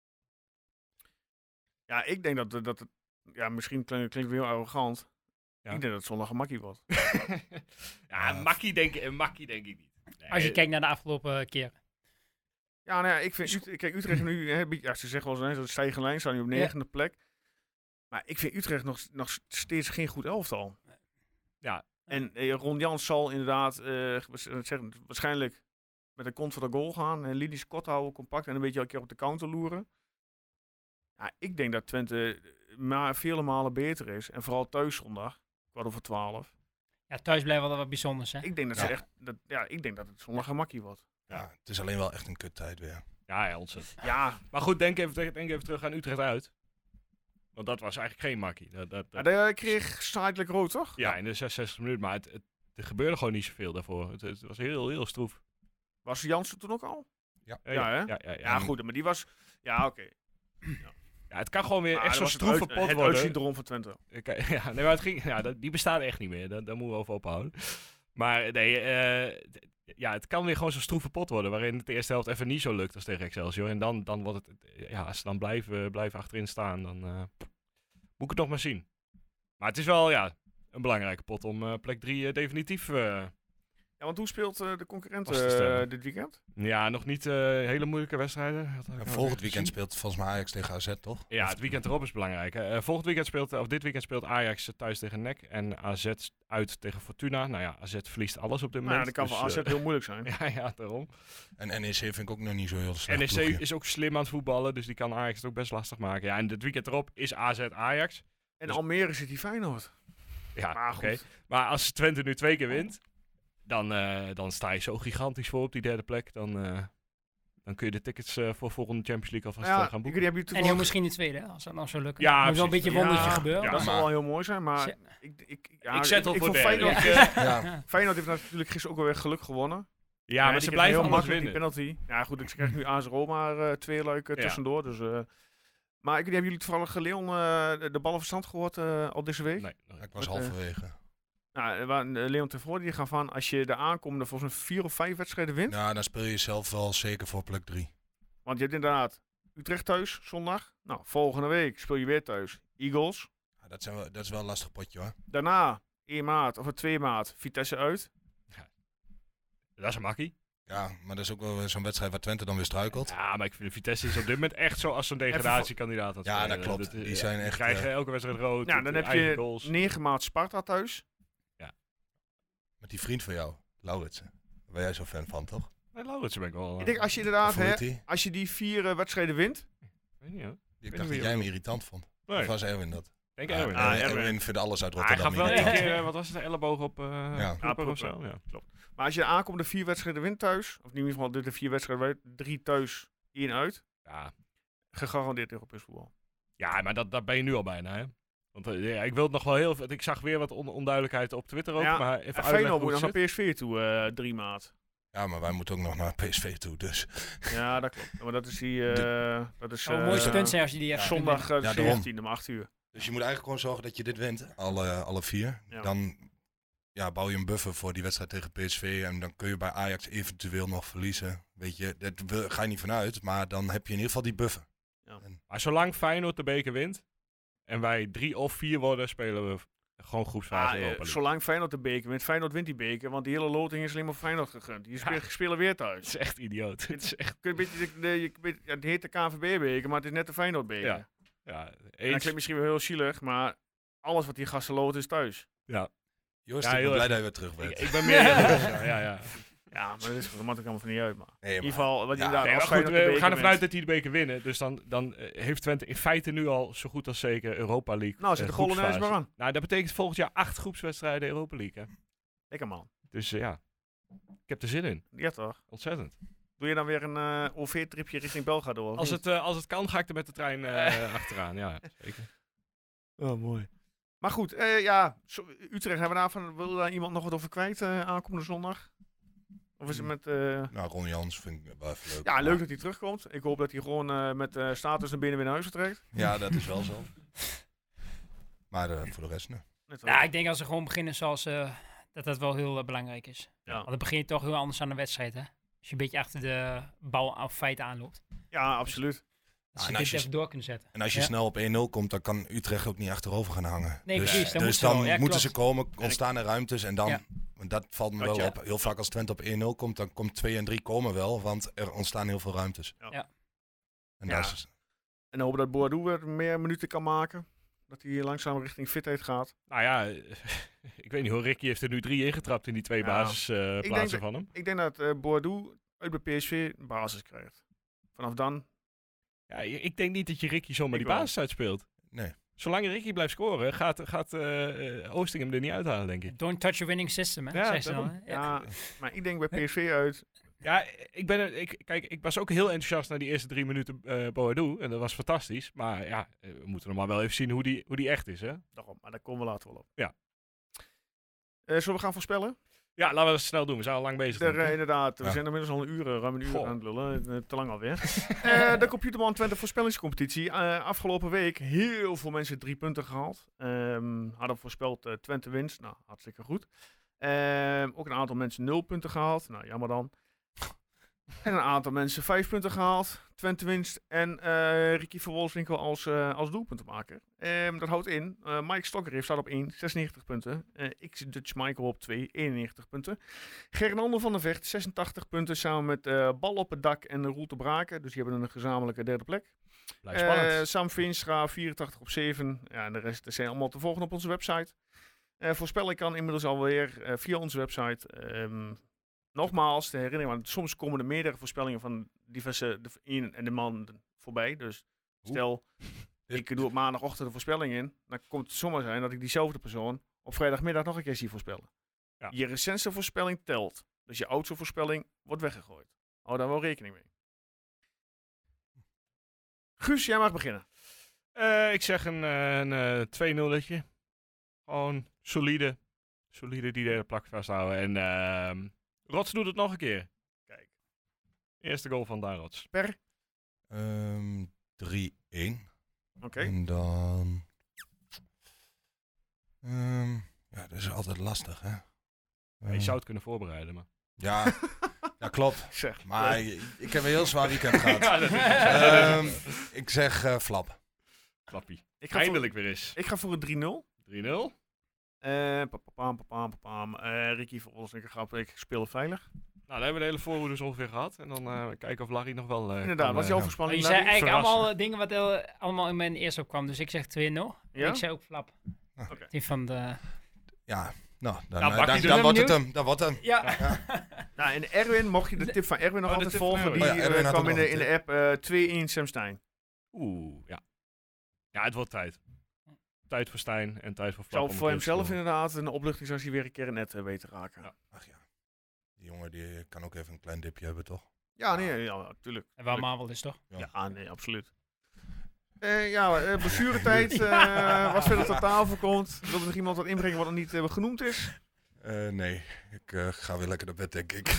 S1: Ja, ik denk dat, dat het... Ja, misschien klinkt, klinkt het weer heel arrogant.
S3: Ja.
S1: Ik denk dat het zondag een makkie wordt.
S3: ja,
S4: Ja.
S3: makkie denk, ik- makkie denk ik niet. Nee,
S5: Als je kijkt naar de afgelopen keren.
S1: Ja, nou ja, ik vind... Ut- Kijk, Utrecht nu... Hè, bi- ja, ze zeggen wel eens, hè, dat stijgende lijn staan nu op
S5: Ja.
S1: negende plek. Maar ik vind Utrecht nog, nog steeds geen goed elftal.
S3: Ja.
S1: En eh, Ron Jans zal inderdaad eh, was- eh, zeggen, waarschijnlijk met de kont voor de goal gaan. En linies kort houden, compact en een beetje elke keer op de counter loeren. Ja, ik denk dat Twente eh, maar vele malen beter is. En vooral thuis zondag, kwart over twaalf.
S5: Ja, thuis blijven wel wat bijzonders, hè?
S1: Ik denk dat,
S4: Ja.
S1: ze echt, dat, ja, ik denk dat het zondag een makkie wordt.
S4: ja, het is alleen wel echt een kuttijd weer.
S3: Ja, ja, ontzettend.
S1: Ja,
S3: Maar goed, denk even, denk even terug aan Utrecht uit. Want dat was eigenlijk geen makkie. Dat, dat,
S1: ja,
S3: dat-
S1: daar kreeg Stadelijk rood, toch?
S3: ja, in de zesenzestig minuten. Maar het, het, er gebeurde gewoon niet zoveel daarvoor. Het, het was heel, heel stroef.
S1: Was Jansen toen ook al?
S4: Ja.
S3: Eh,
S1: Ja, hè?
S3: ja, ja, ja.
S1: Ja, goed, maar die was... Ja, oké.
S3: Ja, het kan gewoon weer
S1: Maar
S3: echt
S1: dat
S3: zo'n
S1: was het
S3: stroeve
S1: uit-
S3: pot
S1: Het
S3: worden.
S1: uitsyndroom van Twente.
S3: Oké, ja, nee, maar het ging, ja, dat, die bestaat echt niet meer. Daar, daar moeten we over ophouden. Maar nee, eh, d- ja, het kan weer gewoon zo'n stroeve pot worden. Waarin het de eerste helft even niet zo lukt als tegen Excelsior. En dan, dan wordt het, ja, als ze dan blijven, blijven achterin staan, dan uh, moet ik het nog maar zien. Maar het is wel, ja, een belangrijke pot om uh, plek drie uh, definitief. Uh,
S1: Ja, want hoe speelt uh, de concurrent
S3: Vast te stellen.
S1: uh, dit weekend?
S3: ja, nog niet uh, hele moeilijke wedstrijden. Dat had ik
S4: Ja,
S3: nou
S4: volgend
S3: weer
S4: weekend
S3: gezien.
S4: speelt volgens mij Ajax tegen A Z, toch?
S3: Ja, het weekend erop is belangrijk. Hè. Uh, volgend weekend speelt, of dit weekend speelt Ajax thuis tegen N E C en A Z uit tegen Fortuna. Nou ja, A Z verliest alles op dit
S1: Nou, ja,
S3: moment.
S1: dat kan voor
S3: dus,
S1: A Z
S3: uh,
S1: heel moeilijk zijn.
S3: ja, ja, daarom.
S4: En N E C vind ik ook nog niet zo heel slecht
S3: N E C
S4: ploegje.
S3: is ook slim aan het voetballen, dus die kan Ajax het ook best lastig maken. Ja, en dit weekend erop is A Z Ajax.
S1: En
S3: Dus-
S1: Almere zit die Feyenoord.
S3: Ja,
S1: Maar
S3: oké.
S1: goed.
S3: Maar als Twente nu twee keer wint, dan, uh, dan sta je zo gigantisch voor op die derde plek. Dan, uh, dan kun je de tickets uh, voor volgende Champions League alvast ja, uh, gaan boeken.
S5: En toevallig... heel misschien de tweede, als dat nog zo lukt.
S3: Ja,
S5: moet wel een beetje een wondertje
S1: ja,
S5: gebeuren.
S1: Ja, dat zou wel heel mooi zijn, maar...
S5: Z-
S1: ik, ik, ja,
S3: ik zet al voor derde.
S1: Feyenoord,
S3: ja.
S1: ja. Feyenoord heeft natuurlijk gisteren ook alweer geluk gewonnen.
S3: Ja, maar
S1: ja,
S3: ze blijven
S1: heel makkelijk
S3: winnen.
S1: die penalty. Ja, goed, ik krijg nu A S Roma uh, twee leuke ja. tussendoor. Dus, uh, maar ik, hebben jullie toevallig Leon uh, de ballenverstand gehoord uh, al deze week?
S3: Nee,
S4: nee. Ik was Met, halverwege.
S1: Uh, nou, Leon Tevoort die gaan van, als je de aankomende volgens mij vier of vijf wedstrijden wint.
S4: Ja, dan speel je zelf wel zeker voor plek drie.
S1: Want je hebt inderdaad Utrecht thuis, zondag. Nou, volgende week speel je weer thuis. Eagles.
S4: Ja, dat, zijn wel, dat is wel een lastig potje hoor.
S1: Daarna, één maart of twee maart, Vitesse uit.
S3: Ja. Dat is een makkie.
S4: Ja, maar dat is ook wel zo'n wedstrijd waar Twente dan weer struikelt.
S3: Ja, maar ik vind de Vitesse is op dit moment echt zo als zo'n degradatiekandidaat.
S4: Ja, spelen. Dat klopt. Dat, die zijn echt...
S3: krijgen elke wedstrijd rood.
S1: Ja, dan heb je goals. negen maart Sparta thuis.
S3: Ja.
S4: Met die vriend van jou, Lauritsen. Daar ben jij zo fan van, toch?
S3: Nee, Lauritsen ben ik wel... Uh,
S1: ik denk, als je inderdaad, hè, als je die vier uh, wedstrijden wint...
S3: Ik weet niet, hoor.
S4: Ik dacht dat jij hem irritant vond.
S3: Nee.
S4: Of was Erwin dat?
S3: Denk Erwin.
S4: Ah, Erwin. Erwin vindt alles uit Rotterdam.
S3: Hij gaf wel een keer, wat was het, de elleboog op uh,
S4: ja.
S3: Proeper of zo? Ja,
S1: klopt. Maar als je de aankomende vier wedstrijden wint thuis, of in ieder geval de vier wedstrijden, drie thuis, één uit,
S3: ja.
S1: gegarandeerd Europees voetbal.
S3: Ja, maar dat, dat ben je nu al bijna, hè? Want uh, ja, ik wil het nog wel heel... Ik zag weer wat on- onduidelijkheid op Twitter ook,
S1: ja,
S3: maar even
S1: en Feyenoord moet dan naar P S V toe, uh, drie maart.
S4: Ja, maar wij moeten ook nog naar P S V toe, dus...
S1: Ja, dat klopt. Maar dat is die... Uh, de... dat is,
S5: uh, oh, mooiste punt zijn als je die hebt.
S1: Zondag uh, de ja, zeventiende om acht uur.
S4: Dus je moet eigenlijk gewoon zorgen dat je dit wint, alle, alle vier. Ja. Dan ja, bouw je een buffer voor die wedstrijd tegen P S V. En dan kun je bij Ajax eventueel nog verliezen. Weet je, daar ga je niet vanuit. Maar dan heb je in ieder geval die buffer.
S3: Ja. En... Maar zolang Feyenoord de beker wint en wij drie of vier worden, spelen we gewoon groepsfase ah, Europa League.
S1: Zolang Feyenoord de beker wint, Feyenoord wint die beker. Want die hele loting is alleen maar Feyenoord gegund. Die spelen, ja. spelen weer thuis.
S3: Het is echt idioot. Het is echt...
S1: Je, de, de, de, ja, het heet de K N V B-beker, maar het is net de Feyenoord-beker.
S3: Ja. Ja,
S1: dat klinkt misschien wel heel zielig, maar alles wat die gasten loten is thuis.
S3: Ja.
S4: Joost, ja, ik ben blij dat je weer terug bent.
S3: Ik, ik ben meer... ja, ja, ja.
S1: Ja, maar dat is dat maakt ook allemaal van niet uit. Maar.
S4: Nee, maar
S1: in ieder geval, wat
S3: ja,
S1: je daar
S3: nee,
S1: als
S3: goed, we, we gaan ervan uit
S1: wint.
S3: dat die de beker winnen. Dus dan, dan uh, heeft Twente in feite nu al zo goed als zeker Europa League.
S1: Nou, zit de golden eens maar aan.
S3: Nou, dat betekent volgend jaar acht groepswedstrijden Europa League. Hè?
S1: Lekker man.
S3: Dus uh, ja, ik heb er zin in.
S1: Ja toch?
S3: Ontzettend.
S1: Doe je dan weer een uh, O V-tripje richting Belgrado? Door?
S3: Als het, uh, als het kan, ga ik er met de trein uh, achteraan. Ja, zeker.
S1: Oh, mooi. Maar goed, uh, ja, zo, Utrecht hebben we daarvan. Wil daar iemand nog wat over kwijt uh, aankomende zondag? Of is het met... Uh...
S4: Nou, Ron Jans vind ik wel even leuk.
S1: Ja, leuk dat hij terugkomt. Ik hoop dat hij gewoon uh, met uh, status naar binnen weer naar huis vertrekt.
S4: Ja, dat is wel zo. Maar uh, voor de rest, nee.
S5: Ja, ik denk als ze gewoon beginnen zoals... Uh, dat dat wel heel uh, belangrijk is.
S1: Ja.
S5: Want dan begin je toch heel anders aan de wedstrijd, hè? Als je een beetje achter de bal of feiten aanloopt.
S1: Ja, absoluut.
S5: Dus je dit even door kunnen zetten.
S4: En als je
S5: ja.
S4: snel op één nul komt, dan kan Utrecht ook niet achterover gaan hangen.
S5: Nee,
S4: dus,
S5: precies. Dan
S4: dus
S5: moet
S4: dan
S5: ja,
S4: moeten
S5: klopt.
S4: ze komen, ontstaan er ruimtes en dan...
S5: Ja.
S4: Want dat valt me wel
S1: ja.
S4: op. Heel vaak als Twente op één nul komt, dan komt twee en drie komen wel, want er ontstaan heel veel ruimtes.
S5: Ja. ja.
S4: En,
S1: ja.
S4: is...
S1: en hopen dat Boadou weer meer minuten kan maken. Dat hij langzaam richting fitheid gaat.
S3: Nou ja, ik weet niet hoor. Ricky heeft er nu drie ingetrapt in die twee ja. basisplaatsen uh, van hem.
S1: Ik denk dat uh, Boadou uit bij P S V een basis krijgt. Vanaf dan...
S3: Ja, ik denk niet dat je Ricky zomaar
S1: ik
S3: die basis uitspeelt.
S4: Nee.
S3: Zolang Ricky blijft scoren, gaat, gaat uh, Oosting hem er niet uithalen, denk ik.
S5: Don't touch a winning system, hè?
S3: Ja,
S5: ze dan, hè?
S1: ja. ja, maar ik denk bij P S V uit...
S3: Ja, ik, ben, ik, kijk, ik was ook heel enthousiast naar die eerste drie minuten uh, Boadou. En dat was fantastisch. Maar ja, we moeten nog maar wel even zien hoe die, hoe die echt is, hè?
S1: Daarom, maar daar komen we later wel op.
S3: Ja.
S1: Uh, zullen we gaan voorspellen?
S3: Ja, laten we het snel doen. We zijn al lang bezig.
S1: Er, uh, inderdaad, we
S4: ja.
S1: zijn inmiddels al een uur, ruim een uur Goh. aan het lullen. Uh, te lang alweer. uh, de Computerman Twente voorspellingscompetitie. Uh, afgelopen week heel veel mensen drie punten gehaald. Um, hadden voorspeld uh, Twente winst. Nou, hartstikke goed. Uh, ook een aantal mensen nul punten gehaald. Nou, jammer dan. En een aantal mensen vijf punten gehaald. Twente winst. En uh, Ricky van Wolfswinkel als, uh, als doelpuntenmaker. Um, dat houdt in. Uh, Mike Stokker heeft staat op één, zesennegentig punten. Uh, X Dutch Michael op twee, eenennegentig punten. Gernander van der Vecht, zesentachtig punten. Samen met uh, Bal op het dak en Roel te Braken. Dus die hebben een gezamenlijke derde plek.
S3: Blijft spannend.
S1: Uh, Sam Veenstra, vierentachtig op zeven. Ja, en de rest zijn allemaal te volgen op onze website. Uh, voorspellen kan inmiddels alweer uh, via onze website. Um, Nogmaals, de herinnering, want soms komen er meerdere voorspellingen van diverse de een en de man voorbij. Dus stel, Oeh. ik doe op maandagochtend de voorspelling in, dan komt het zomaar zijn dat ik diezelfde persoon op vrijdagmiddag nog een keer zie voorspellen.
S3: Ja.
S1: Je recentste voorspelling telt. Dus je oudste voorspelling wordt weggegooid. Hou daar wel rekening mee. Guus, jij mag beginnen.
S3: Eh, ik zeg een, eh, een eh, twee nul-etje. Gewoon solide. Solide die de hele plak vasthouden. En ehm Rots doet het nog een keer. Kijk. Eerste goal van Daan Rots.
S1: Per.
S4: Ehm, drie-één.
S1: Oké.
S4: En dan... ehm, ja, dat is altijd lastig, hè?
S3: Ja, je
S4: Eh,
S3: zou het kunnen voorbereiden, maar...
S4: Ja, ja, klopt.
S1: Zeg.
S4: Maar ik, ik heb een heel zwaar weekend gehad.
S3: ja, dat is
S4: Ehm, ik zeg eh, flap.
S3: Klappie.
S1: Ik ga, voor,
S3: Eindelijk weer eens.
S1: ik ga voor een drie nul.
S3: drie nul.
S1: Eh, papapam, papam, papam. Eh, Ricky voor ons, ik grap, ik speel veilig.
S3: Nou, dan hebben we de hele voorhoede zo ongeveer gehad. En dan eh, kijken of Larry nog wel... eh,
S1: Inderdaad,
S3: kan,
S1: wat is
S3: eh,
S1: jouw voorspelling?
S5: Je zei
S1: Larry?
S5: eigenlijk
S3: verrassen.
S5: allemaal eh, dingen wat eh, allemaal in mijn eerste opkwam. Dus ik zeg twee nul.
S1: Ja?
S5: Ik zei ook flap.
S1: Oké.
S5: Die van de...
S4: Ja, nou, dan,
S3: Nou,
S4: eh,
S3: Bakkie
S4: dan,
S3: dus.
S4: dan
S5: Ben
S4: wordt het
S5: benieuwd.
S4: hem. Dan wordt het hem.
S5: Ja.
S1: Nou, en Erwin, mocht je de tip van Erwin nog
S3: Oh, de
S1: altijd
S3: tip van
S1: volgen,
S3: Erwin.
S1: die
S4: Oh ja,
S1: eh,
S4: Erwin had
S1: kwam
S4: ook
S1: in
S4: nog
S1: de, in
S4: een
S1: de app eh twee-één Sam Stein.
S3: Oeh, ja. Ja, het wordt tijd. Tijd voor Stijn en tijd voor Flap.
S1: Zou
S3: om
S1: voor
S3: een keer te
S1: hemzelf
S3: scoren.
S1: inderdaad een opluchting als hij weer een keer een net eh, weet te raken.
S3: Ja.
S1: Ja,
S4: Ach ja. Die jongen die kan ook even een klein dipje hebben, toch?
S1: nee, ja, natuurlijk.
S5: En waar Marvel is toch?
S4: Ja.
S1: Ja, ah, nee, absoluut. Eh, ja, uh, blessuretijd, eh, wat verder tot tafel komt. Wil er nog iemand wat inbrengen wat nog niet eh, genoemd is?
S4: Eh, nee, ik eh, ga weer lekker naar bed, denk ik.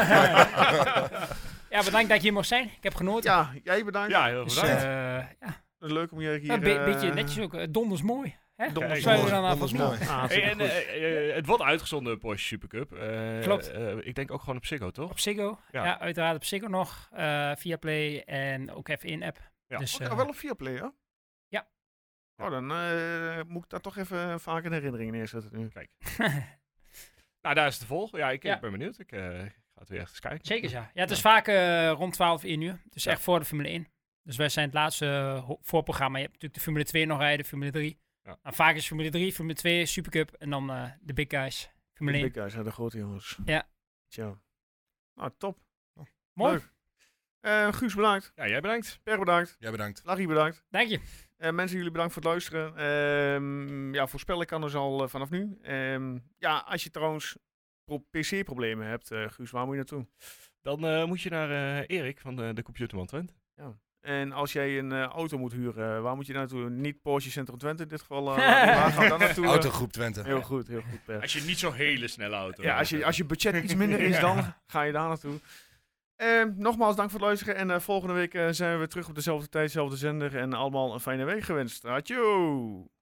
S5: Ja, bedankt dat je hier mocht zijn. Ik heb genoten.
S1: Ja, jij bedankt.
S3: Ja, heel
S5: Dus,
S3: bedankt.
S5: eh, ja,
S1: Het is leuk om je hier...
S5: een be-
S1: eh,
S5: beetje netjes ook. eh, Donders mooi. Hè?
S1: Donders
S5: Zou je
S1: mooi.
S5: er dan aan
S4: Donders
S5: voldoen?
S4: mooi.
S1: Ah,
S3: Hey,
S1: hartstikke
S3: en,
S1: goed.
S3: eh, eh, het wordt uitgezonden, Porsche Supercup. Eh,
S5: Klopt.
S3: eh, ik denk ook gewoon op Ziggo, toch?
S5: Op Ziggo.
S3: Ja.
S5: Ja. uiteraard op Ziggo nog. eh via Play en ook even in-app.
S3: Ja.
S5: Dus,
S1: Oh,
S5: eh,
S1: wel op Viaplay, hè?
S5: Ja.
S1: Oh, dan eh, moet ik dat toch even vaak in herinnering neerzetten nu.
S3: Kijk. Nou, daar is het te volgen. Ja, ik,
S5: Ja.
S3: ik ben benieuwd. Ik eh, ga het weer echt eens kijken.
S5: Zeker ja. Ja, het is vaak eh, rond twaalf, één uur. Dus
S3: Ja.
S5: echt voor de Formule één. Dus wij zijn het laatste eh, ho- voorprogramma. Je hebt natuurlijk de Formule twee nog rijden, Formule drie.
S3: Ja.
S5: Nou, vaak is Formule drie, Formule twee, Supercup en dan eh, de big guys. Formule
S1: De
S5: één.
S1: big guys, hè, de grote jongens.
S5: Ja.
S1: Tja. Nou, top.
S5: Mooi.
S1: Leuk. Eh, Guus, bedankt.
S3: Ja, jij bedankt.
S1: Per, bedankt.
S4: Jij bedankt.
S1: Larry, bedankt.
S5: Dank je.
S1: Eh, mensen, jullie bedankt voor het luisteren. Ehm, ja, voorspellen kan dus al eh, vanaf nu. Ehm, ja, als je trouwens pro- P C-problemen hebt, eh, Guus, waar moet je naartoe?
S3: Dan eh, moet je naar eh, Erik van de, de Computerman Twente.
S1: En als jij een eh, auto moet huren, waar moet je naartoe? Niet Porsche Centrum Twente in dit geval. eh, waar gaan we dan naartoe? eh?
S4: Autogroep Twente.
S1: Heel goed, heel goed. Per.
S3: Als je niet zo'n hele snelle auto
S1: Ja, als je, als je budget iets minder is, dan ga je daar naartoe. Ehm, nogmaals, dank voor het luisteren. En eh, volgende week eh, zijn we weer terug op dezelfde tijd, dezelfde zender. En allemaal een fijne week gewenst. Adieu!